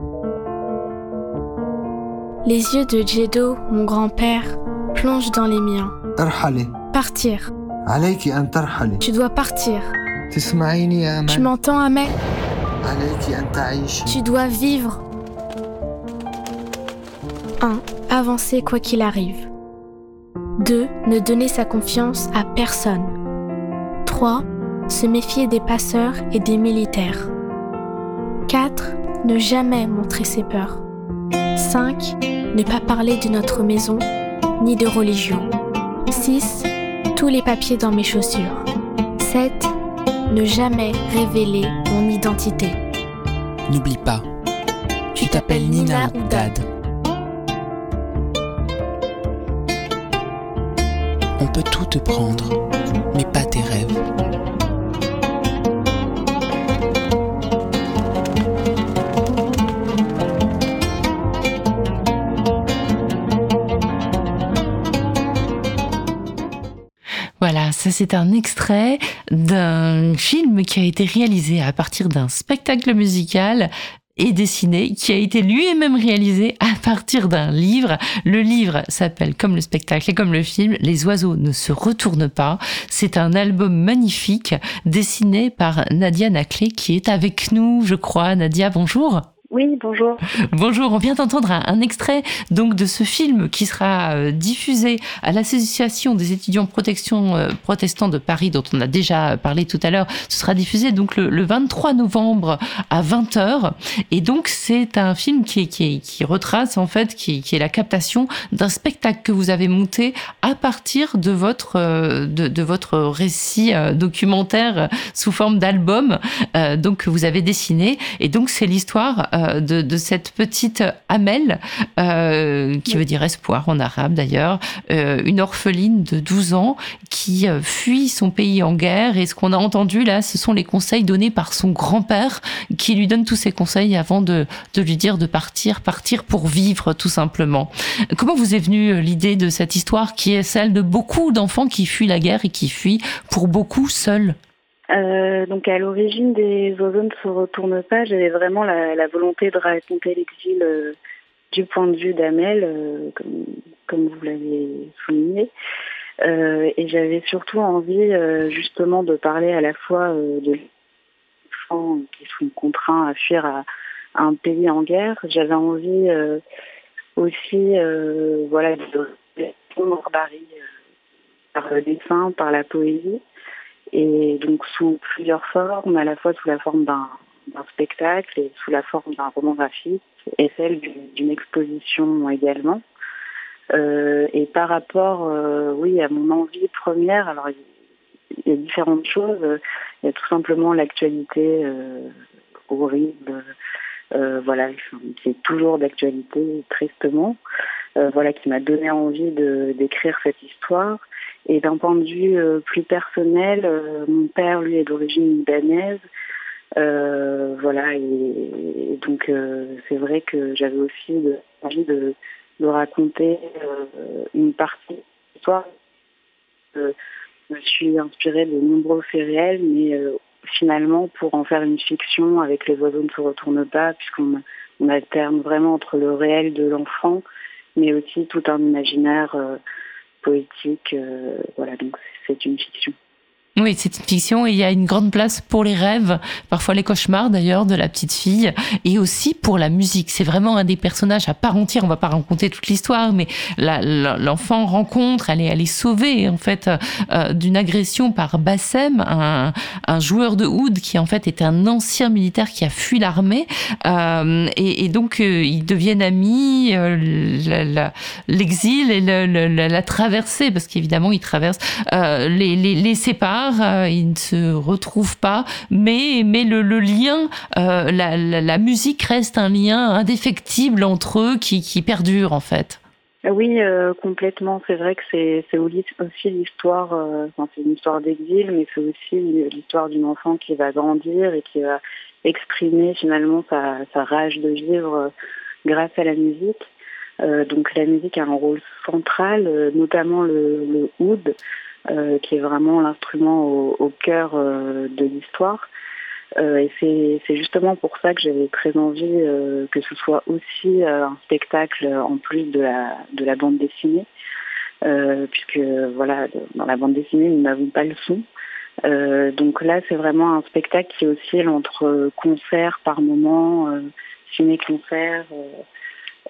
Les yeux de Djedo, mon grand-père, plongent dans les miens. Partir. Tu dois partir. Tu m'entends, Ahmed ? Tu dois vivre. 1. Avancer quoi qu'il arrive. 2. Ne donner sa confiance à personne. 3. Se méfier des passeurs et des militaires. 4. Ne jamais montrer ses peurs. 5. Ne pas parler de notre maison, ni de religion. 6. Tous les papiers dans mes chaussures. 7. Ne jamais révéler mon identité. N'oublie pas, tu t'appelles Nina ou Dad. On peut tout te prendre, mais pas tes rêves. Voilà, ça c'est un extrait d'un film qui a été réalisé à partir d'un spectacle musical et dessiné, qui a été lui-même réalisé à partir d'un livre. Le livre s'appelle comme le spectacle et comme le film, Les oiseaux ne se retournent pas. C'est un album magnifique dessiné par Nadia Naclé qui est avec nous, je crois. Nadia, bonjour. Oui, bonjour. Bonjour, on vient d'entendre un extrait donc de ce film qui sera diffusé à l'association des étudiants protestants de Paris dont on a déjà parlé tout à l'heure. Ce sera diffusé donc le 23 novembre à 20h et donc c'est un film qui retrace en fait qui est la captation d'un spectacle que vous avez monté à partir de votre récit documentaire sous forme d'album donc que vous avez dessiné et donc c'est l'histoire de cette petite Amel, qui veut dire espoir en arabe d'ailleurs, une orpheline de 12 ans qui fuit son pays en guerre. Et ce qu'on a entendu là, ce sont les conseils donnés par son grand-père qui lui donne tous ses conseils avant de lui dire de partir pour vivre tout simplement. Comment vous est venue l'idée de cette histoire qui est celle de beaucoup d'enfants qui fuient la guerre et qui fuient pour beaucoup seuls? Donc à l'origine des oiseaux ne se retournent pas, j'avais vraiment la volonté de raconter l'exil du point de vue d'Amel, comme vous l'avez souligné. Et j'avais surtout envie justement de parler à la fois de enfants qui sont contraints à fuir à un pays en guerre. J'avais envie aussi voilà, de barbarie par le dessin, par la poésie. Et donc sous plusieurs formes, à la fois sous la forme d'un spectacle et sous la forme d'un roman graphique et celle d'une exposition également. Et par rapport, oui, à mon envie première, alors il y a différentes choses. Il y a tout simplement l'actualité horrible, voilà, qui est toujours d'actualité tristement, voilà, qui m'a donné envie d'écrire cette histoire. Et d'un point de vue plus personnel, mon père, lui, est d'origine libanaise. Voilà, et donc c'est vrai que j'avais aussi envie de raconter une partie de l'histoire. Je me suis inspirée de nombreux faits réels, mais finalement, pour en faire une fiction avec Les oiseaux ne se retournent pas, puisqu'on alterne vraiment entre le réel de l'enfant, mais aussi tout un imaginaire poétique, voilà, donc c'est une fiction. Oui, c'est une fiction et il y a une grande place pour les rêves, parfois les cauchemars d'ailleurs de la petite fille, et aussi pour la musique. C'est vraiment un des personnages à part entière. On va pas raconter toute l'histoire, mais l'enfant rencontre, elle est sauvée en fait d'une agression par Bassem, un joueur de oud qui en fait est un ancien militaire qui a fui l'armée, et donc ils deviennent amis. L'exil et la traversée, parce qu'évidemment ils traversent, les séparent. Ils ne se retrouvent pas, mais le lien, la musique reste un lien indéfectible entre eux qui perdure en fait. Oui, complètement. C'est vrai que c'est aussi l'histoire, c'est une histoire d'exil, mais c'est aussi l'histoire d'une enfant qui va grandir et qui va exprimer finalement sa rage de vivre grâce à la musique. Donc la musique a un rôle central, notamment le oud, qui est vraiment l'instrument au cœur de l'histoire. Et c'est justement pour ça que j'avais très envie que ce soit aussi un spectacle en plus de la bande dessinée, puisque voilà, dans la bande dessinée, nous n'avons pas le son. Donc là, c'est vraiment un spectacle qui oscille entre concerts par moment, ciné-concert,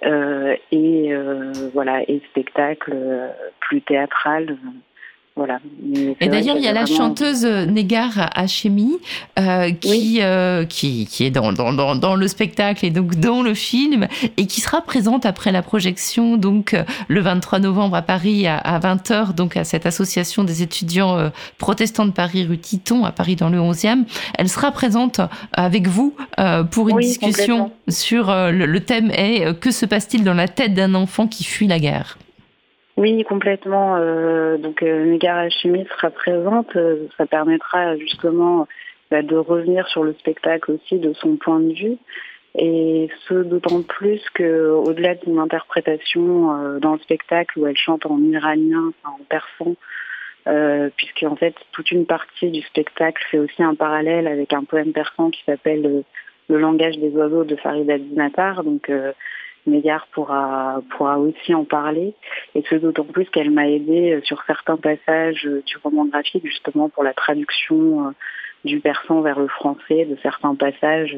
et spectacle plus théâtral. Voilà. Et d'ailleurs, il y a la chanteuse Negar Hachemi qui est dans le spectacle et donc dans le film et qui sera présente après la projection donc le 23 novembre à Paris à 20h donc à cette association des étudiants protestants de Paris rue Titon à Paris dans le 11e. Elle sera présente avec vous pour une discussion sur le thème est que se passe-t-il dans la tête d'un enfant qui fuit la guerre? Oui, complètement. Negar Hachemi sera présente. Ça permettra justement de revenir sur le spectacle aussi de son point de vue. Et ce d'autant plus qu'au-delà d'une interprétation dans le spectacle où elle chante en iranien, en persan, puisque en fait toute une partie du spectacle fait aussi un parallèle avec un poème persan qui s'appelle Le langage des oiseaux de Farida Dinatar. Donc Negar pourra aussi en parler, et ce d'autant plus qu'elle m'a aidée sur certains passages du roman graphique, justement pour la traduction du persan vers le français, de certains passages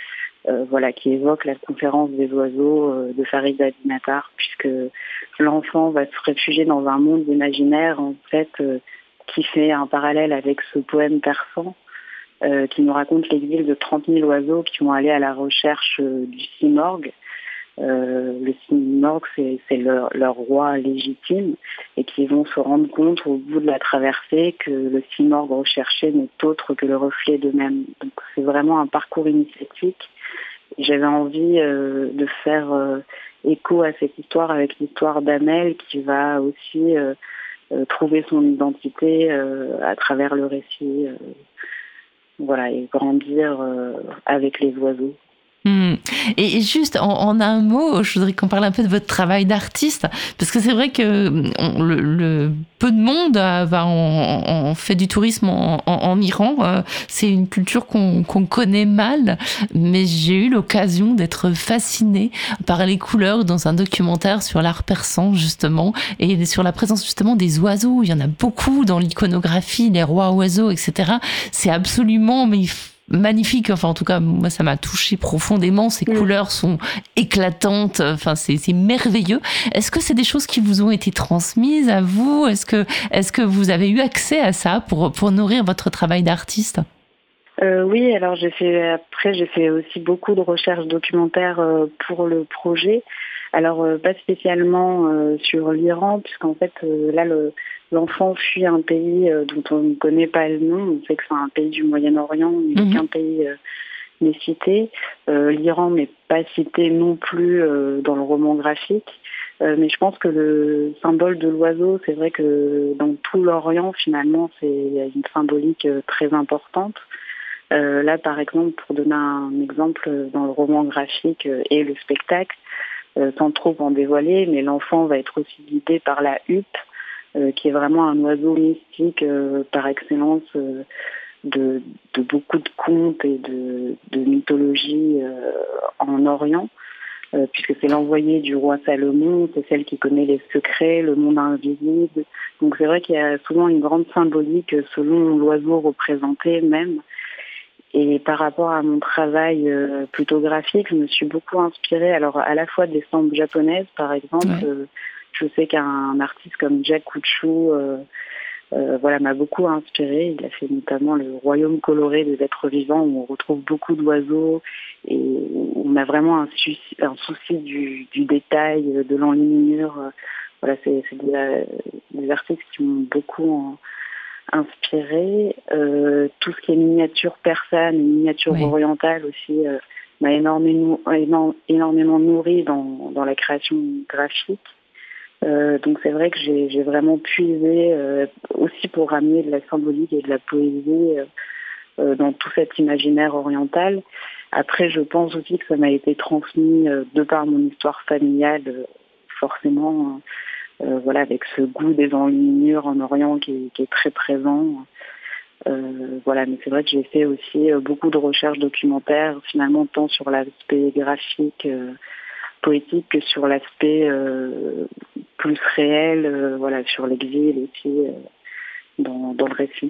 qui évoquent la conférence des oiseaux de Farida Dinatar, puisque l'enfant va se réfugier dans un monde imaginaire en fait qui fait un parallèle avec ce poème persan qui nous raconte l'exil de 30 000 oiseaux qui vont aller à la recherche du simorgue. Le simorgue, c'est leur roi légitime, et qui vont se rendre compte au bout de la traversée que le simorgue recherché n'est autre que le reflet d'eux-mêmes. Donc c'est vraiment un parcours initiatique. Et j'avais envie de faire écho à cette histoire avec l'histoire d'Amel qui va aussi trouver son identité à travers le récit, et grandir avec les oiseaux. Et juste en un mot, je voudrais qu'on parle un peu de votre travail d'artiste, parce que c'est vrai que le peu de monde on fait du tourisme en Iran. C'est une culture qu'on connaît mal, mais j'ai eu l'occasion d'être fascinée par les couleurs dans un documentaire sur l'art persan justement, et sur la présence justement des oiseaux. Il y en a beaucoup dans l'iconographie, les rois oiseaux, etc. C'est absolument magnifique, enfin en tout cas moi ça m'a touché profondément, ces couleurs sont éclatantes, enfin c'est merveilleux. Est-ce que c'est des choses qui vous ont été transmises à vous? Est-ce que vous avez eu accès à ça pour nourrir votre travail d'artiste? Oui, alors j'ai fait aussi beaucoup de recherches documentaires pour le projet. Alors pas spécialement sur l'Iran, puisqu'en fait là l'enfant fuit un pays dont on ne connaît pas le nom. On sait que c'est un pays du Moyen-Orient, mais aucun pays n'est cité. L'Iran n'est pas cité non plus dans le roman graphique. Mais je pense que le symbole de l'oiseau, c'est vrai que dans tout l'Orient, finalement, c'est une symbolique très importante. Là, par exemple, pour donner un exemple, dans le roman graphique et le spectacle, sans trop en dévoiler, mais l'enfant va être aussi guidé par la huppe, qui est vraiment un oiseau mystique par excellence de beaucoup de contes et de mythologie en Orient, puisque c'est l'envoyé du roi Salomon, c'est celle qui connaît les secrets, le monde invisible. Donc c'est vrai qu'il y a souvent une grande symbolique selon l'oiseau représenté même. Et par rapport à mon travail plutôt graphique, je me suis beaucoup inspirée, alors à la fois des samples japonaises, par exemple. Je sais qu'un artiste comme Jack Kuchu m'a beaucoup inspirée. Il a fait notamment le royaume coloré des êtres vivants, où on retrouve beaucoup d'oiseaux et on a vraiment un souci du détail, de l'enluminure. C'est des artistes qui m'ont beaucoup inspiré. Tout ce qui est miniature persane, miniature orientale aussi, m'a énormément nourri dans la création graphique. Donc c'est vrai que j'ai vraiment puisé aussi pour ramener de la symbolique et de la poésie dans tout cet imaginaire oriental. Après, je pense aussi que ça m'a été transmis de par mon histoire familiale, forcément, avec ce goût des enluminures en Orient qui est très présent. Mais c'est vrai que j'ai fait aussi beaucoup de recherches documentaires, finalement tant sur l'aspect graphique, poétique, que sur l'aspect plus réel, sur l'exil aussi dans le récit.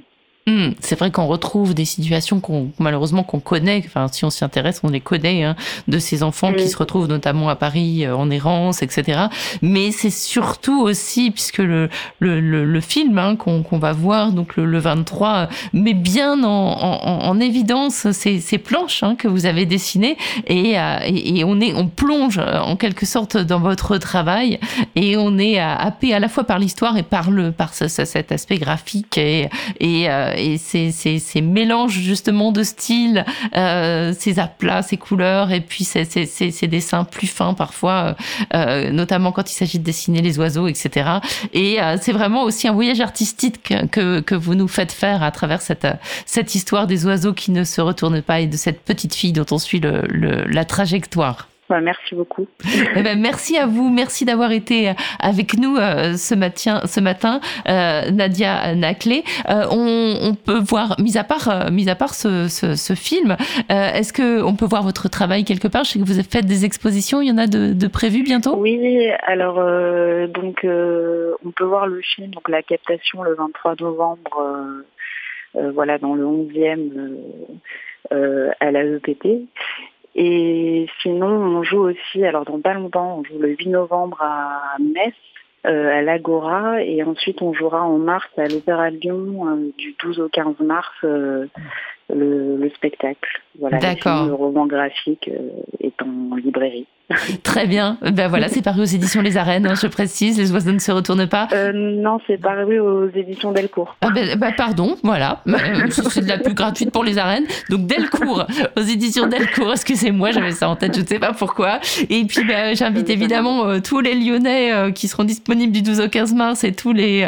C'est vrai qu'on retrouve des situations malheureusement qu'on connaît, enfin si on s'y intéresse, on les connaît, hein, de ces enfants qui se retrouvent notamment à Paris en errance, etc. Mais c'est surtout aussi, puisque le film qu'on va voir, donc le 23, met bien en évidence ces planches que vous avez dessinées, et on plonge en quelque sorte dans votre travail, et on est happé à la fois par l'histoire et par cet aspect graphique et ces mélanges justement de styles, ces aplats, ces couleurs, et puis ces dessins plus fins parfois, notamment quand il s'agit de dessiner les oiseaux, etc. Et c'est vraiment aussi un voyage artistique que vous nous faites faire à travers cette histoire des oiseaux qui ne se retournent pas et de cette petite fille dont on suit la trajectoire. Merci beaucoup. Merci à vous, merci d'avoir été avec nous ce matin, Nadia Naclé. On peut voir, mis à part ce film, est-ce qu'on peut voir votre travail quelque part? Je sais que vous faites des expositions, il y en a de prévues bientôt? Oui, alors donc on peut voir le film, donc la captation le 23 novembre, voilà, dans le 11e à la EPT. Et sinon, on joue aussi, alors dans pas longtemps, on joue le 8 novembre à Metz, à l'Agora, et ensuite on jouera en mars à l'Opéra de Lyon, du 12 au 15 mars, le spectacle. Voilà, d'accord. Le roman graphique est en librairie. Très bien. Ben voilà, c'est paru aux éditions Les Arènes, je précise. Les oiseaux ne se retournent pas. Non, c'est paru aux éditions Delcourt. Ah pardon, voilà. C'est de la pub gratuite pour Les Arènes. Donc Delcourt, aux éditions Delcourt. Excusez-moi, j'avais ça en tête, je ne sais pas pourquoi. Et puis j'invite évidemment tous les Lyonnais qui seront disponibles du 12 au 15 mars et tous les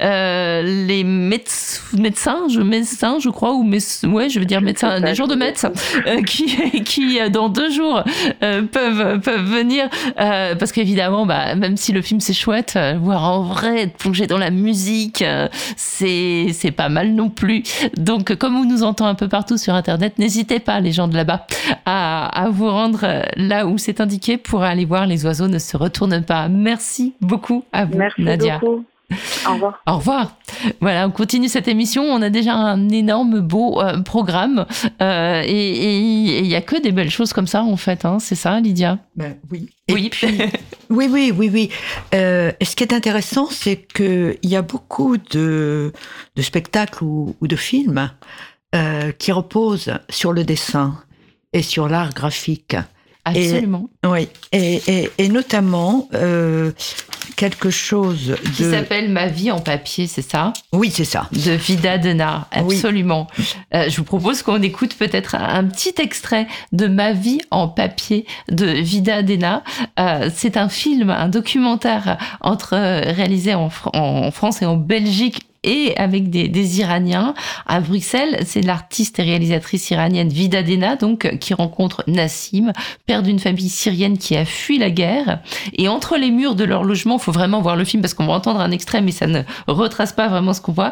médecins, je crois, ou je veux dire médecins, des gens de Metz qui dans 2 jours peuvent venir, parce qu'évidemment, même si le film c'est chouette, voir en vrai, être plongé dans la musique, c'est pas mal non plus. Donc, comme on nous entend un peu partout sur Internet, n'hésitez pas, les gens de là-bas, à vous rendre là où c'est indiqué pour aller voir Les oiseaux ne se retournent pas. Merci beaucoup à vous, Nadia. Merci beaucoup. Au revoir. Au revoir. Voilà, on continue cette émission. On a déjà un énorme beau programme et il n'y a que des belles choses comme ça en fait. C'est ça, Lydia? Oui. Oui. Puis, oui. Ce qui est intéressant, c'est qu'il y a beaucoup de spectacles ou de films qui reposent sur le dessin et sur l'art graphique. Absolument. Et notamment quelque chose qui s'appelle Ma vie en papier, c'est ça? Oui, c'est ça. De Vida Dena, absolument. Oui. Je vous propose qu'on écoute peut-être un petit extrait de Ma vie en papier de Vida Dena. C'est un film, un documentaire réalisé en France et en Belgique, et avec des Iraniens à Bruxelles. C'est l'artiste et réalisatrice iranienne Vida Dena, donc, qui rencontre Nassim, père d'une famille syrienne qui a fui la guerre. Et entre les murs de leur logement, faut vraiment voir le film parce qu'on va entendre un extrait, mais ça ne retrace pas vraiment ce qu'on voit.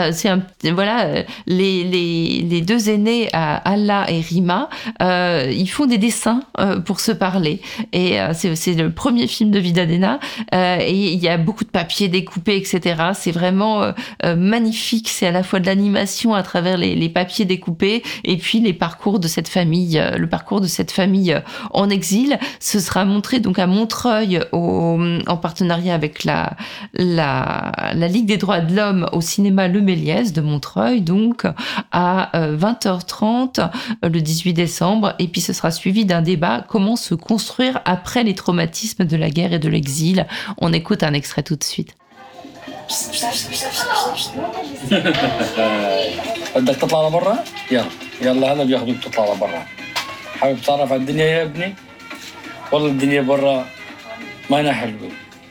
Les 2 aînés, Allah et Rima, ils font des dessins pour se parler. Et c'est le premier film de Vida Dena. Et il y a beaucoup de papier découpé, etc. C'est vraiment magnifique. C'est à la fois de l'animation à travers les papiers découpés et puis le parcours de cette famille en exil. Ce sera montré donc à Montreuil en partenariat avec la Ligue des droits de l'homme au cinéma Le Méliès de Montreuil, donc à 20h30 le 18 décembre. Et puis ce sera suivi d'un débat: comment se construire après les traumatismes de la guerre et de l'exil. On écoute un extrait tout de suite. بدك تطلع لبرا؟ يلا هلا بياخذوك تطلع لبرا. حابب تتعرف على الدنيا يا ابني؟ والله الدنيا برا ما هي حلوة.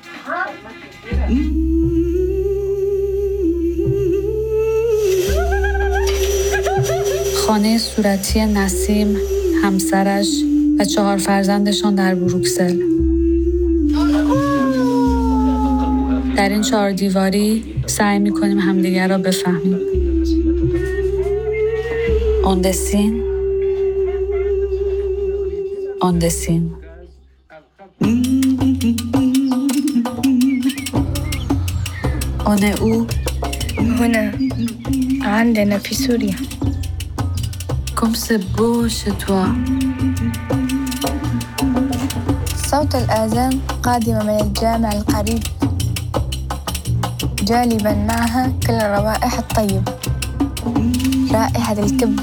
خانه صورتی نسیم، همسرش و 4 فرزندشان در بروکسل. در این 4 دیواری سعی می‌کنیم همدیگر را بفهمیم. On dessine. On est où? هنا. عندنا في سوريا. Comme c'est beau chez toi. صوت الآذان قادمة من الجامع القريب جالبا معها كل الروائح الطيبة رائحة الكبة.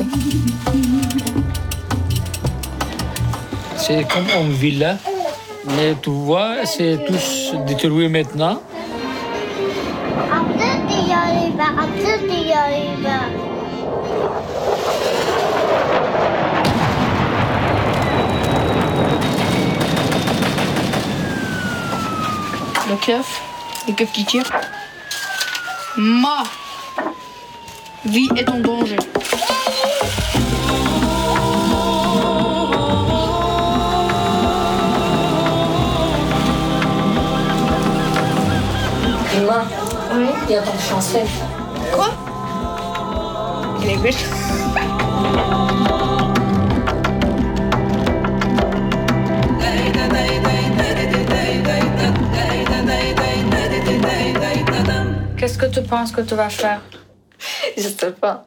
C'est comme une villa, mais tu vois, c'est tous détruit maintenant. Le keuf qui tire. Ma vie est en danger. Emma, oui. Il y a ton fiancé. Quoi? Il est belle. Qu'est-ce que tu penses que tu vas faire? Je sais pas.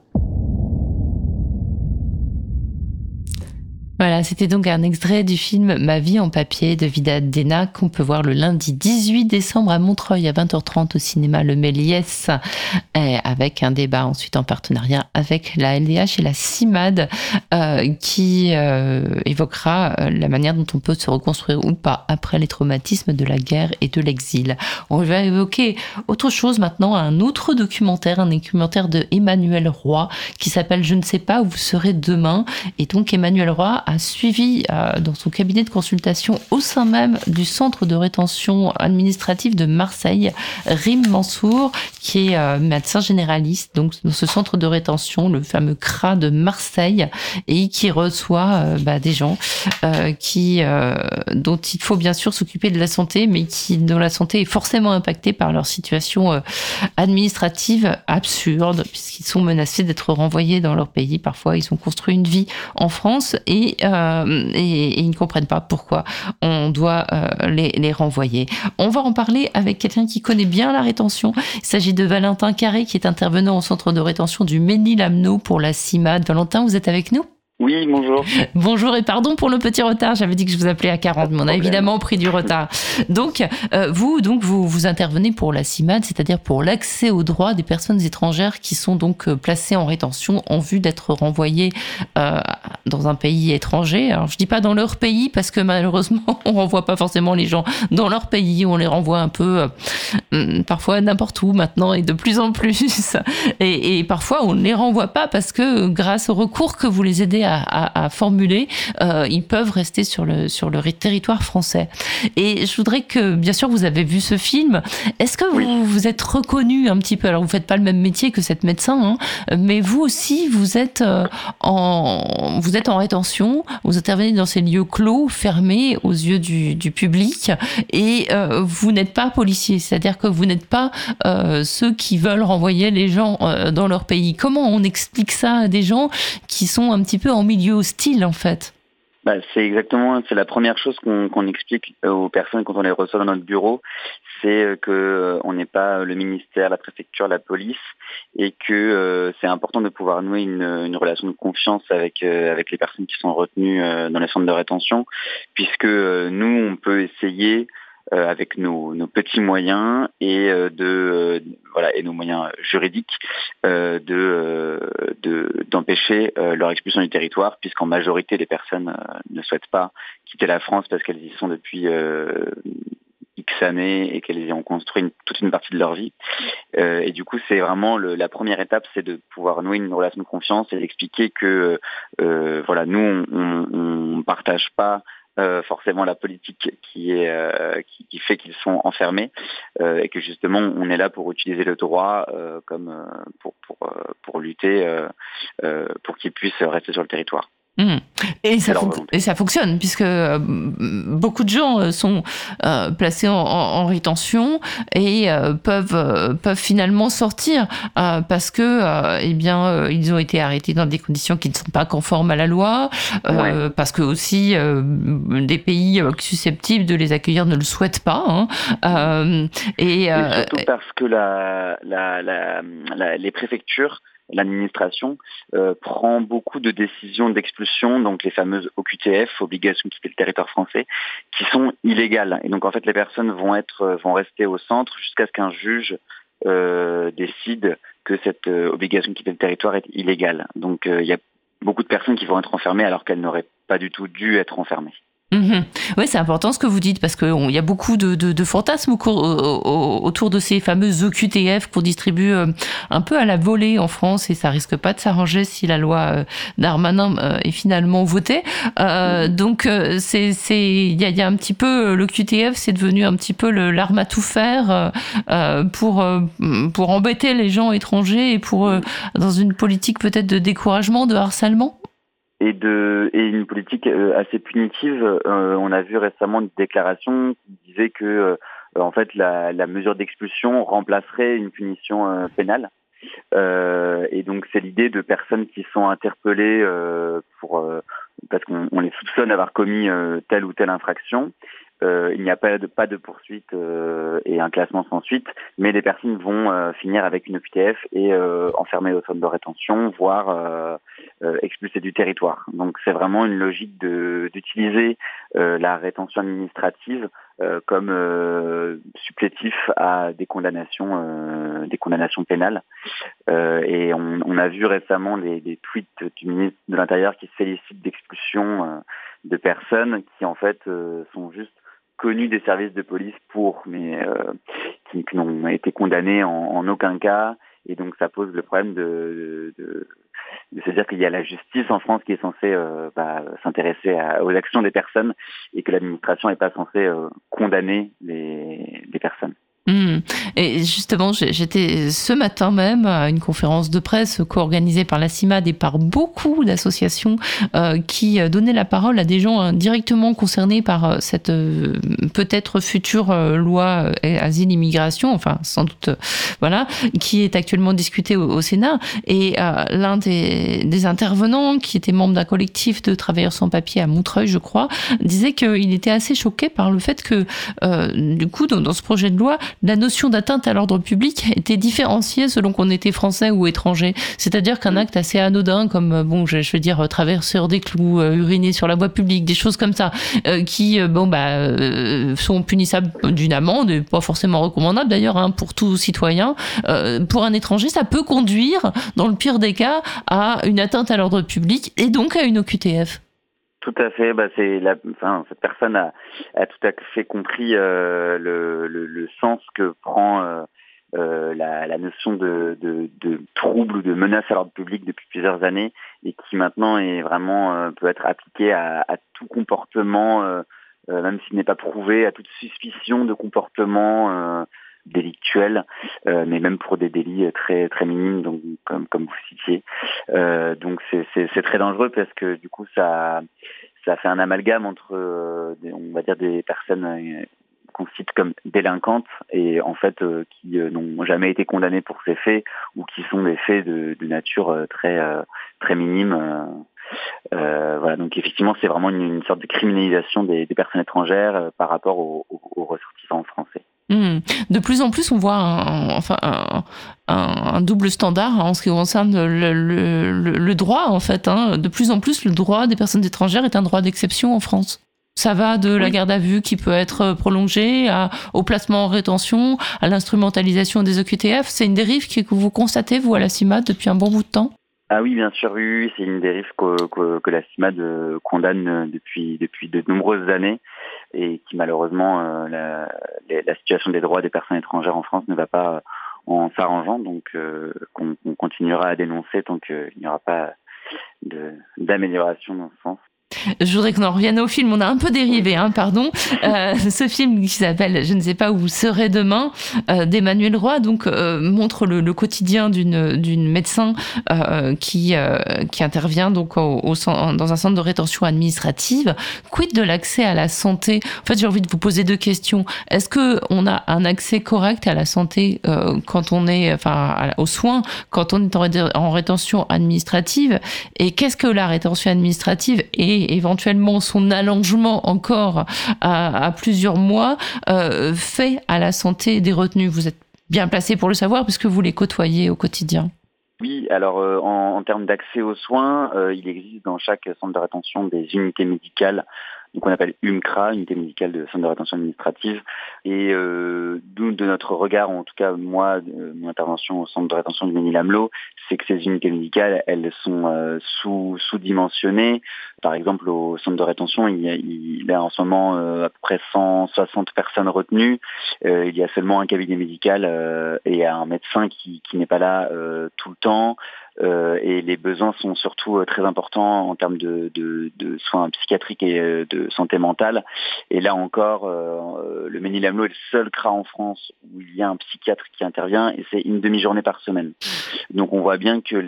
Voilà, c'était donc un extrait du film Ma vie en papier de Vida Dena qu'on peut voir le lundi 18 décembre à Montreuil à 20h30 au cinéma Le Méliès, avec un débat ensuite en partenariat avec la LDH et la CIMAD qui évoquera la manière dont on peut se reconstruire ou pas après les traumatismes de la guerre et de l'exil. On va évoquer autre chose maintenant, un autre documentaire de Emmanuel Roy qui s'appelle Je ne sais pas où vous serez demain. Et donc Emmanuel Roy a suivi dans son cabinet de consultation au sein même du centre de rétention administrative de Marseille, Rim Mansour, qui est médecin généraliste, donc dans ce centre de rétention, le fameux CRA de Marseille, et qui reçoit des gens dont il faut bien sûr s'occuper de la santé, mais dont la santé est forcément impactée par leur situation administrative absurde, puisqu'ils sont menacés d'être renvoyés dans leur pays. Parfois, ils ont construit une vie en France et ils ne comprennent pas pourquoi on doit les renvoyer. On va en parler avec quelqu'un qui connaît bien la rétention. Il s'agit de Valentin Carré, qui est intervenant au centre de rétention du Mesnil-Amnaud pour la CIMAD. Valentin, vous êtes avec nous ? Oui, bonjour. Bonjour et pardon pour le petit retard. J'avais dit que je vous appelais à 40, mais on a évidemment pris du retard. Donc, vous intervenez pour la CIMAD, c'est-à-dire pour l'accès aux droits des personnes étrangères qui sont donc placées en rétention en vue d'être renvoyées dans un pays étranger. Alors, je dis pas dans leur pays parce que malheureusement, on renvoie pas forcément les gens dans leur pays. On les renvoie un peu, parfois n'importe où maintenant et de plus en plus. Et parfois, on ne les renvoie pas parce que grâce au recours que vous les aidez à formuler, ils peuvent rester sur le territoire français. Et je voudrais que, bien sûr, vous avez vu ce film. Est-ce que vous êtes reconnu un petit peu? Alors, vous faites pas le même métier que cette médecin, mais vous aussi, vous êtes en rétention. Vous intervenez dans ces lieux clos, fermés aux yeux du public, et vous n'êtes pas policier. C'est-à-dire que vous n'êtes pas ceux qui veulent renvoyer les gens dans leur pays. Comment on explique ça à des gens qui sont un petit peu en milieu hostile, en fait? C'est la première chose qu'on explique aux personnes quand on les reçoit dans notre bureau, c'est que on n'est pas le ministère, la préfecture, la police, et que c'est important de pouvoir nouer une relation de confiance avec les personnes qui sont retenues dans les centres de rétention, puisque nous, on peut essayer avec nos petits moyens et et nos moyens juridiques d'empêcher leur expulsion du territoire, puisqu'en majorité les personnes ne souhaitent pas quitter la France parce qu'elles y sont depuis X années et qu'elles y ont construit toute une partie de leur vie. Et du coup, c'est vraiment la première étape, c'est de pouvoir nouer une relation de confiance et d'expliquer que nous on partage pas forcément la politique qui fait qu'ils sont enfermés, et que justement on est là pour utiliser le droit pour lutter pour qu'ils puissent rester sur le territoire. Et ça fonctionne, puisque beaucoup de gens sont placés en rétention et peuvent finalement sortir parce que ils ont été arrêtés dans des conditions qui ne sont pas conformes à la loi, parce que aussi des pays susceptibles de les accueillir ne le souhaitent pas, et surtout parce que les préfectures l'administration prend beaucoup de décisions d'expulsion, donc les fameuses OQTF, obligations de quitter le territoire français, qui sont illégales. Et donc en fait les personnes vont rester au centre jusqu'à ce qu'un juge décide que cette obligation de quitter le territoire est illégale. Donc il y a beaucoup de personnes qui vont être enfermées alors qu'elles n'auraient pas du tout dû être enfermées. Oui, c'est important ce que vous dites parce qu'il y a beaucoup de fantasmes autour de ces fameuses OQTF qu'on distribue un peu à la volée en France et ça risque pas de s'arranger si la loi Darmanin est finalement votée. Donc il y a un petit peu l'OQTF, c'est devenu un petit peu l'arme à tout faire pour embêter les gens étrangers et pour dans une politique peut-être de découragement, de harcèlement. Et une politique assez punitive. On a vu récemment une déclaration qui disait que en fait la mesure d'expulsion remplacerait une punition pénale. Et donc c'est l'idée de personnes qui sont interpellées parce qu'on les soupçonne d'avoir commis telle ou telle infraction. Il n'y a pas de poursuite et un classement sans suite, mais les personnes vont finir avec une OQTF et enfermées au centre de rétention, voire expulsées du territoire. Donc c'est vraiment une logique d'utiliser la rétention administrative comme supplétif à des condamnations pénales. Et on a vu récemment des tweets du ministre de l'Intérieur qui se félicitent d'expulsion de personnes qui en fait sont juste connus des services de police mais qui n'ont été condamnés en aucun cas. Et donc ça pose le problème de se dire qu'il y a la justice en France qui est censée s'intéresser aux actions des personnes et que l'administration n'est pas censée condamner les personnes. Et justement, j'étais ce matin même à une conférence de presse co-organisée par la CIMAD et par beaucoup d'associations qui donnaient la parole à des gens directement concernés par cette peut-être future loi asile-immigration, enfin sans doute, voilà, qui est actuellement discutée au Sénat. Et l'un des intervenants, qui était membre d'un collectif de travailleurs sans papier à Montreuil, je crois, disait qu'il était assez choqué par le fait que, du coup, dans ce projet de loi, la notion d'atteinte à l'ordre public était différenciée selon qu'on était français ou étranger. C'est-à-dire qu'un acte assez anodin, comme, je veux dire, traverseur des clous, uriner sur la voie publique, des choses comme ça, qui, sont punissables d'une amende, et pas forcément recommandables d'ailleurs, pour tout citoyen. Pour un étranger, ça peut conduire, dans le pire des cas, à une atteinte à l'ordre public et donc à une OQTF. Tout à fait. Cette personne a tout à fait compris le sens que prend la notion de trouble ou de menace à l'ordre public depuis plusieurs années et qui maintenant est vraiment peut être appliquée à tout comportement, même s'il n'est pas prouvé, à toute suspicion de comportement délictuel, mais même pour des délits très très minimes, donc comme vous citiez. Donc c'est très dangereux parce que du coup ça fait un amalgame entre on va dire des personnes qu'on cite comme délinquantes et en fait qui n'ont jamais été condamnées pour ces faits ou qui sont des faits de nature très très minime. Voilà, donc effectivement c'est vraiment une sorte de criminalisation des personnes étrangères par rapport aux ressortissants français. De plus en plus, on voit un double standard en ce qui concerne le droit, en fait. De plus en plus, le droit des personnes étrangères est un droit d'exception en France. Ça va de la garde à vue qui peut être prolongée au placement en rétention, à l'instrumentalisation des OQTF. C'est une dérive que vous constatez, vous, à la CIMAD, depuis un bon bout de temps ? Ah oui, bien sûr, oui, c'est une dérive que la CIMAD condamne depuis de nombreuses années et qui malheureusement la situation des droits des personnes étrangères en France ne va pas en s'arrangeant, donc qu'on continuera à dénoncer tant qu'il n'y aura pas d'amélioration dans ce sens. Je voudrais qu'on en revienne au film. On a un peu dérivé, pardon. Ce film qui s'appelle « Je ne sais pas où vous serez demain » d'Emmanuel Roy, donc montre le quotidien d'une médecin qui intervient donc dans un centre de rétention administrative. Quid de l'accès à la santé ? En fait, j'ai envie de vous poser deux questions. Est-ce que on a un accès correct à la santé quand on est, aux soins, quand on est en rétention administrative ? Et qu'est-ce que la rétention administrative et éventuellement son allongement encore à plusieurs mois fait à la santé des retenus ? Vous êtes bien placé pour le savoir puisque vous les côtoyez au quotidien. Oui, alors en termes d'accès aux soins, il existe dans chaque centre de rétention des unités médicales, donc on appelle UMCRA, unité médicale de centre de rétention administrative. Et d'où de notre regard, en tout cas moi, mon intervention au centre de rétention du Mesnil-Amelot, c'est que ces unités médicales, elles sont sous-dimensionnées. Par exemple, au centre de rétention, il y a en ce moment à peu près 160 personnes retenues. Il y a seulement un cabinet médical et un médecin qui n'est pas là tout le temps. Et les besoins sont surtout très importants en termes de soins psychiatriques et de santé mentale. Et là encore, le Mesnil-Amelot est le seul CRA en France où il y a un psychiatre qui intervient et c'est une demi-journée par semaine. Donc on voit bien que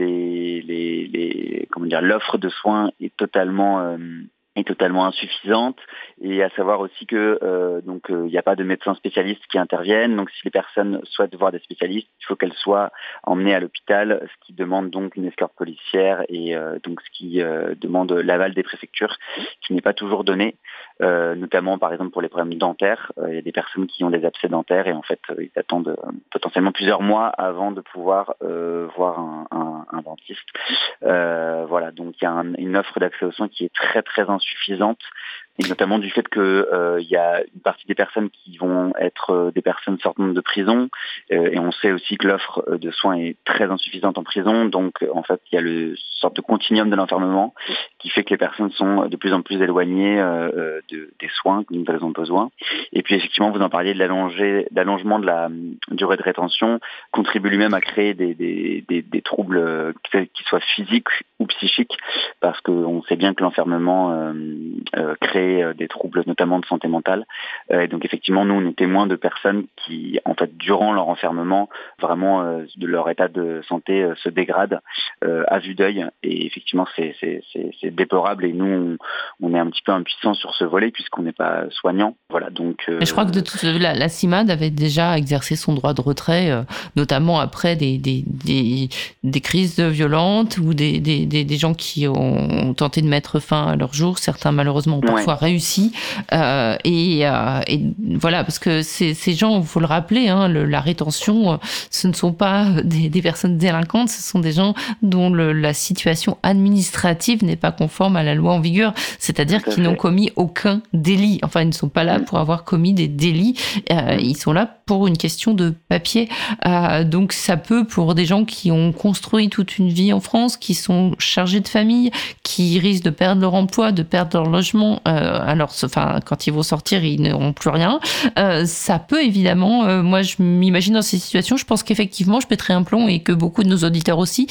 l'offre de soins est totalement insuffisante, et à savoir aussi que il n'y a pas de médecins spécialistes qui interviennent. Donc si les personnes souhaitent voir des spécialistes, il faut qu'elles soient emmenées à l'hôpital, ce qui demande donc une escorte policière et donc ce qui demande l'aval des préfectures, qui n'est pas toujours donné, notamment par exemple pour les problèmes dentaires. Il y a des personnes qui ont des abcès dentaires et en fait ils attendent potentiellement plusieurs mois avant de pouvoir voir un dentiste. Voilà, donc il y a une offre d'accès aux soins qui est très très insuffisante, et notamment du fait que il y a une partie des personnes qui vont être des personnes sortant de prison, et on sait aussi que l'offre de soins est très insuffisante en prison. Donc en fait il y a le sorte de continuum de l'enfermement qui fait que les personnes sont de plus en plus éloignées des soins dont elles ont besoin. Et puis effectivement, vous en parliez de l'allongement de la durée de rétention contribue lui-même à créer des troubles qui soient physiques ou psychiques, parce qu'on sait bien que l'enfermement crée des troubles notamment de santé mentale. Et donc effectivement, nous on est témoins de personnes qui, en fait, durant leur enfermement, vraiment de leur état de santé se dégrade à vue d'œil. Et effectivement, c'est déplorable. Et nous, on est un petit peu impuissants sur ce volet puisqu'on n'est pas soignant. Voilà. Donc. Mais je crois que la CIMAD avait déjà exercé son droit de retrait, notamment après des crises violentes ou des gens qui ont tenté de mettre fin à leur jour. Certains malheureusement ont parfois réussi. Et voilà, parce que ces gens, il faut le rappeler, hein, la rétention, ce ne sont pas des personnes délinquantes, ce sont des gens dont la situation administrative n'est pas conforme à la loi en vigueur, c'est-à-dire qu'ils n'ont commis aucun délit. Enfin, ils ne sont pas là pour avoir commis des délits, ils sont là pour une question de papier. Donc ça peut, pour des gens qui ont construit toute une vie en France, qui sont chargés de famille, qui risquent de perdre leur emploi, de perdre leur logement, quand ils vont sortir, ils n'auront plus rien. Ça peut évidemment, moi je m'imagine dans ces situations, je pense qu'effectivement je pèterai un plomb, et que beaucoup de nos auditeurs aussi.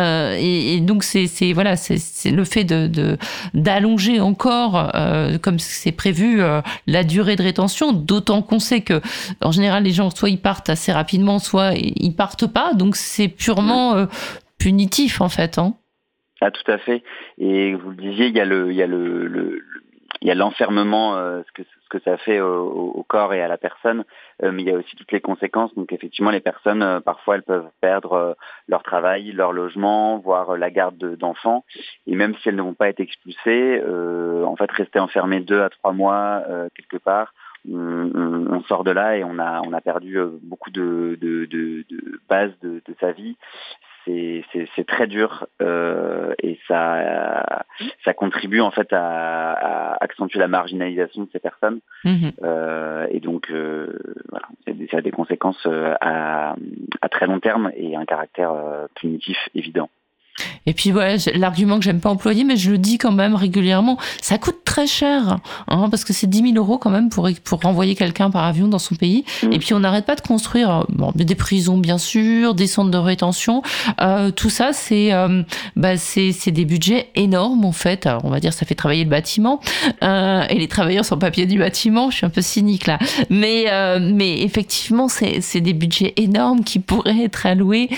Et donc c'est le fait d'allonger encore, comme c'est prévu, la durée de rétention, d'autant qu'on sait que en général les gens soit ils partent assez rapidement, soit ils partent pas. Donc c'est purement punitif en fait. Hein. Ah, tout à fait. Et vous le disiez, il y a l'enfermement, ce que ça fait au corps et à la personne, mais il y a aussi toutes les conséquences. Donc effectivement, les personnes, parfois, elles peuvent perdre leur travail, leur logement, voire la garde d'enfants. Et même si elles ne vont pas être expulsées, en fait, rester enfermées 2 à 3 mois quelque part, on sort de là et on a perdu beaucoup de bases de sa vie. C'est très dur et ça contribue en fait à accentuer la marginalisation de ces personnes. Et donc voilà, ça a des conséquences à très long terme et un caractère punitif évident. Et puis ouais, l'argument que j'aime pas employer, mais je le dis quand même régulièrement, ça coûte très cher, hein, parce que c'est 10 000 € quand même pour renvoyer quelqu'un par avion dans son pays. Et puis on n'arrête pas de construire des prisons bien sûr, des centres de rétention, tout ça c'est des budgets énormes en fait. Alors, on va dire ça fait travailler le bâtiment et les travailleurs sans papier du bâtiment. Je suis un peu cynique là, mais effectivement c'est des budgets énormes qui pourraient être alloués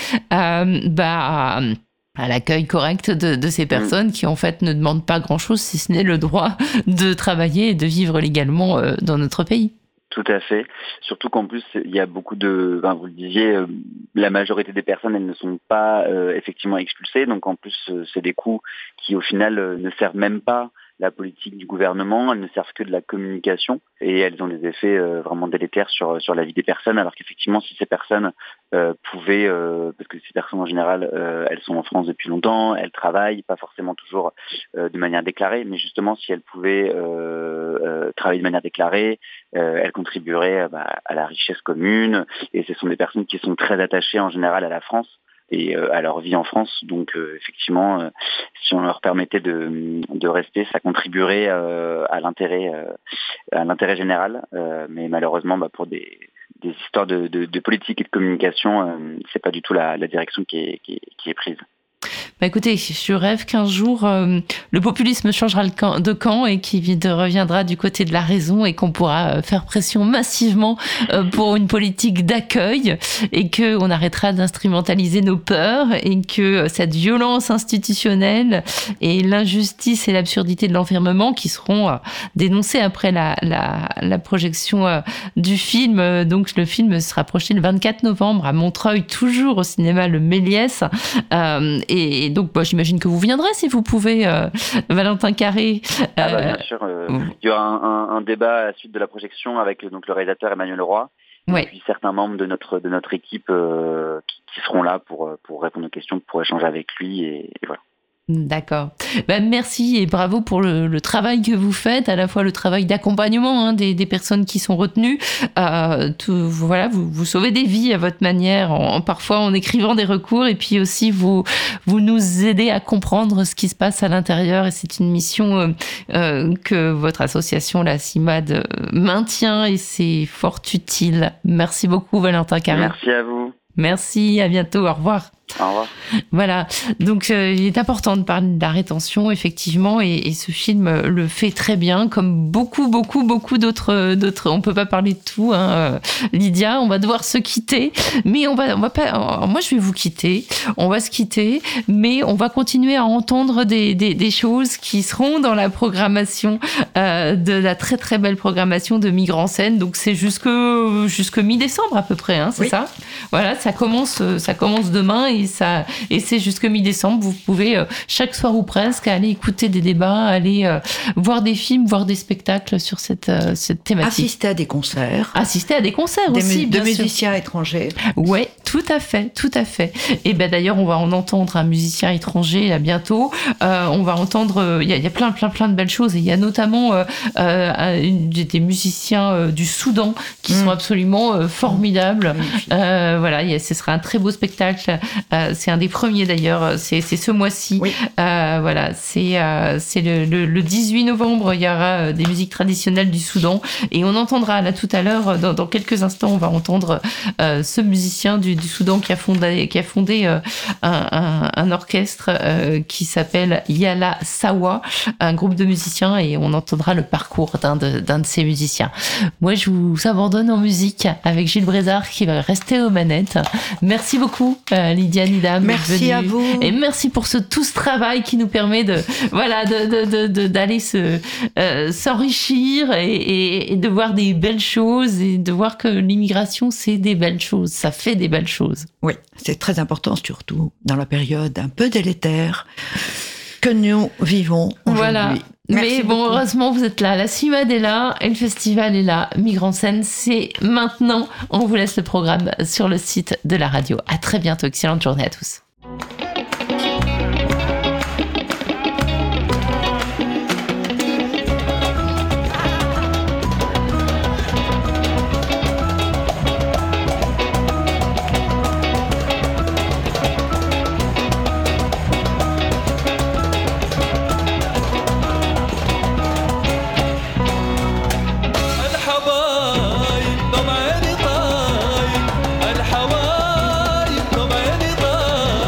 à l'accueil correct de ces personnes qui en fait ne demandent pas grand-chose si ce n'est le droit de travailler et de vivre légalement dans notre pays. Tout à fait. Surtout qu'en plus, il y a beaucoup de... vous le disiez, la majorité des personnes, elles ne sont pas effectivement expulsées. Donc en plus, c'est des coûts qui au final ne servent même pas la politique du gouvernement, elles ne servent que de la communication et elles ont des effets vraiment délétères sur la vie des personnes, alors qu'effectivement si ces personnes pouvaient, parce que ces personnes en général elles sont en France depuis longtemps, elles travaillent, pas forcément toujours de manière déclarée, mais justement si elles pouvaient travailler de manière déclarée, elles contribueraient à la richesse commune, et ce sont des personnes qui sont très attachées en général à la France et à leur vie en France. Donc effectivement, si on leur permettait de rester, ça contribuerait à l'intérêt général. Mais malheureusement, pour des histoires de politique et de communication, c'est pas du tout la direction qui est prise. Écoutez, je rêve qu'un jour, le populisme changera de camp et qu'il reviendra du côté de la raison et qu'on pourra faire pression massivement pour une politique d'accueil et qu'on arrêtera d'instrumentaliser nos peurs et que cette violence institutionnelle et l'injustice et l'absurdité de l'enfermement qui seront dénoncées après la projection du film. Donc le film sera projeté le 24 novembre à Montreuil, toujours au cinéma Le Méliès. Et donc, j'imagine que vous viendrez si vous pouvez, Valentin Carré. Bien sûr. Il y aura un débat à la suite de la projection avec donc, le réalisateur Emmanuel Leroy. Et puis certains membres de notre équipe qui seront là pour répondre aux questions, pour échanger avec lui. Et voilà. D'accord. Merci et bravo pour le travail que vous faites, à la fois le travail d'accompagnement des personnes qui sont retenues. Vous sauvez des vies à votre manière, parfois en écrivant des recours, et puis aussi vous nous aidez à comprendre ce qui se passe à l'intérieur. Et c'est une mission que votre association, la CIMAD, maintient, et c'est fort utile. Merci beaucoup, Valentin Carré. Merci à vous. Merci, à bientôt, au revoir. Au revoir. Voilà, donc il est important de parler de la rétention, effectivement, et ce film le fait très bien, comme beaucoup d'autres. On peut pas parler de tout, hein. Lydia, on va devoir se quitter, mais on va pas. Moi, je vais vous quitter. On va se quitter, mais on va continuer à entendre des choses qui seront dans la programmation de la très très belle programmation de Migrants en scène. Donc c'est jusque mi-décembre à peu près, hein, c'est ça. Voilà, ça commence demain. Et c'est jusque mi-décembre. Vous pouvez chaque soir ou presque aller écouter des débats, aller voir des films, voir des spectacles sur cette thématique. Assister à des concerts aussi, de musiciens étrangers. Ouais, tout à fait. Et d'ailleurs, on va en entendre un musicien étranger là bientôt. On va entendre, il y a plein de belles choses. Et il y a notamment des musiciens du Soudan qui sont absolument formidables. Voilà, ce sera un très beau spectacle. C'est un des premiers d'ailleurs, c'est ce mois-ci. Oui. Voilà, c'est le 18 novembre, il y aura des musiques traditionnelles du Soudan, et on entendra là tout à l'heure, dans quelques instants, on va entendre ce musicien du Soudan qui a fondé un orchestre qui s'appelle Yala Sawa, un groupe de musiciens, et on entendra le parcours d'un de ces musiciens. Moi, je vous abandonne en musique avec Gilles Brézard qui va rester aux manettes. Merci beaucoup, Lydia Nidam. Merci à vous. Et merci pour tout ce travail qui nous permet d'aller s'enrichir et de voir des belles choses, et de voir que l'immigration, c'est des belles choses. Ça fait des belles choses. Oui, c'est très important, surtout dans la période un peu délétère que nous vivons aujourd'hui. Voilà. Mais bon, heureusement, vous êtes là. La CIMAD est là, et le festival est là. Migrants en scène, c'est maintenant. On vous laisse le programme sur le site de la radio. À très bientôt. Excellente journée à tous. الحبايب طبعا طايب الحوايب طبعا طايب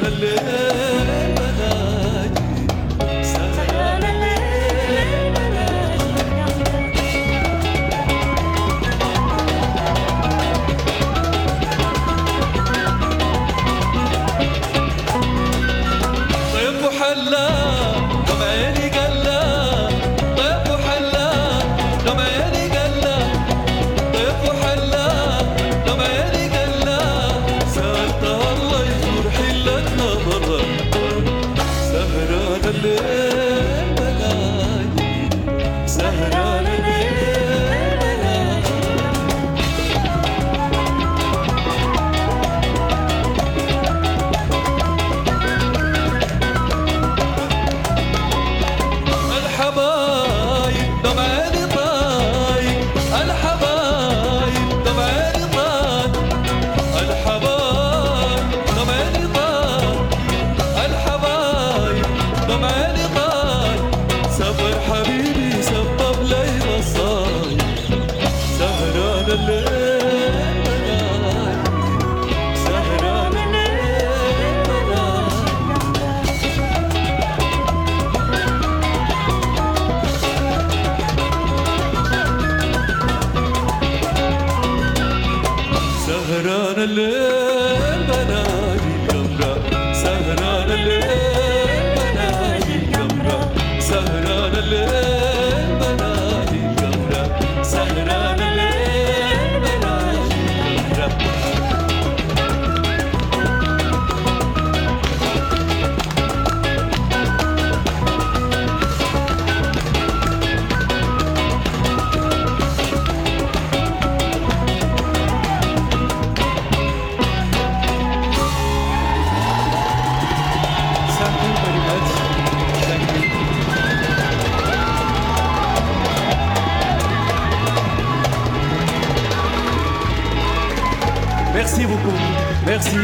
Merci beaucoup. Merci.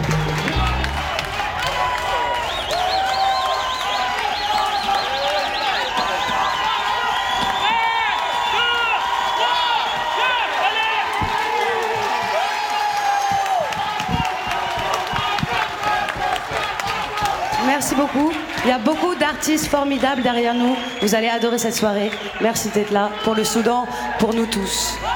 Merci beaucoup. Il y a beaucoup d'artistes formidables derrière nous. Vous allez adorer cette soirée. Merci d'être là pour le Soudan, pour nous tous.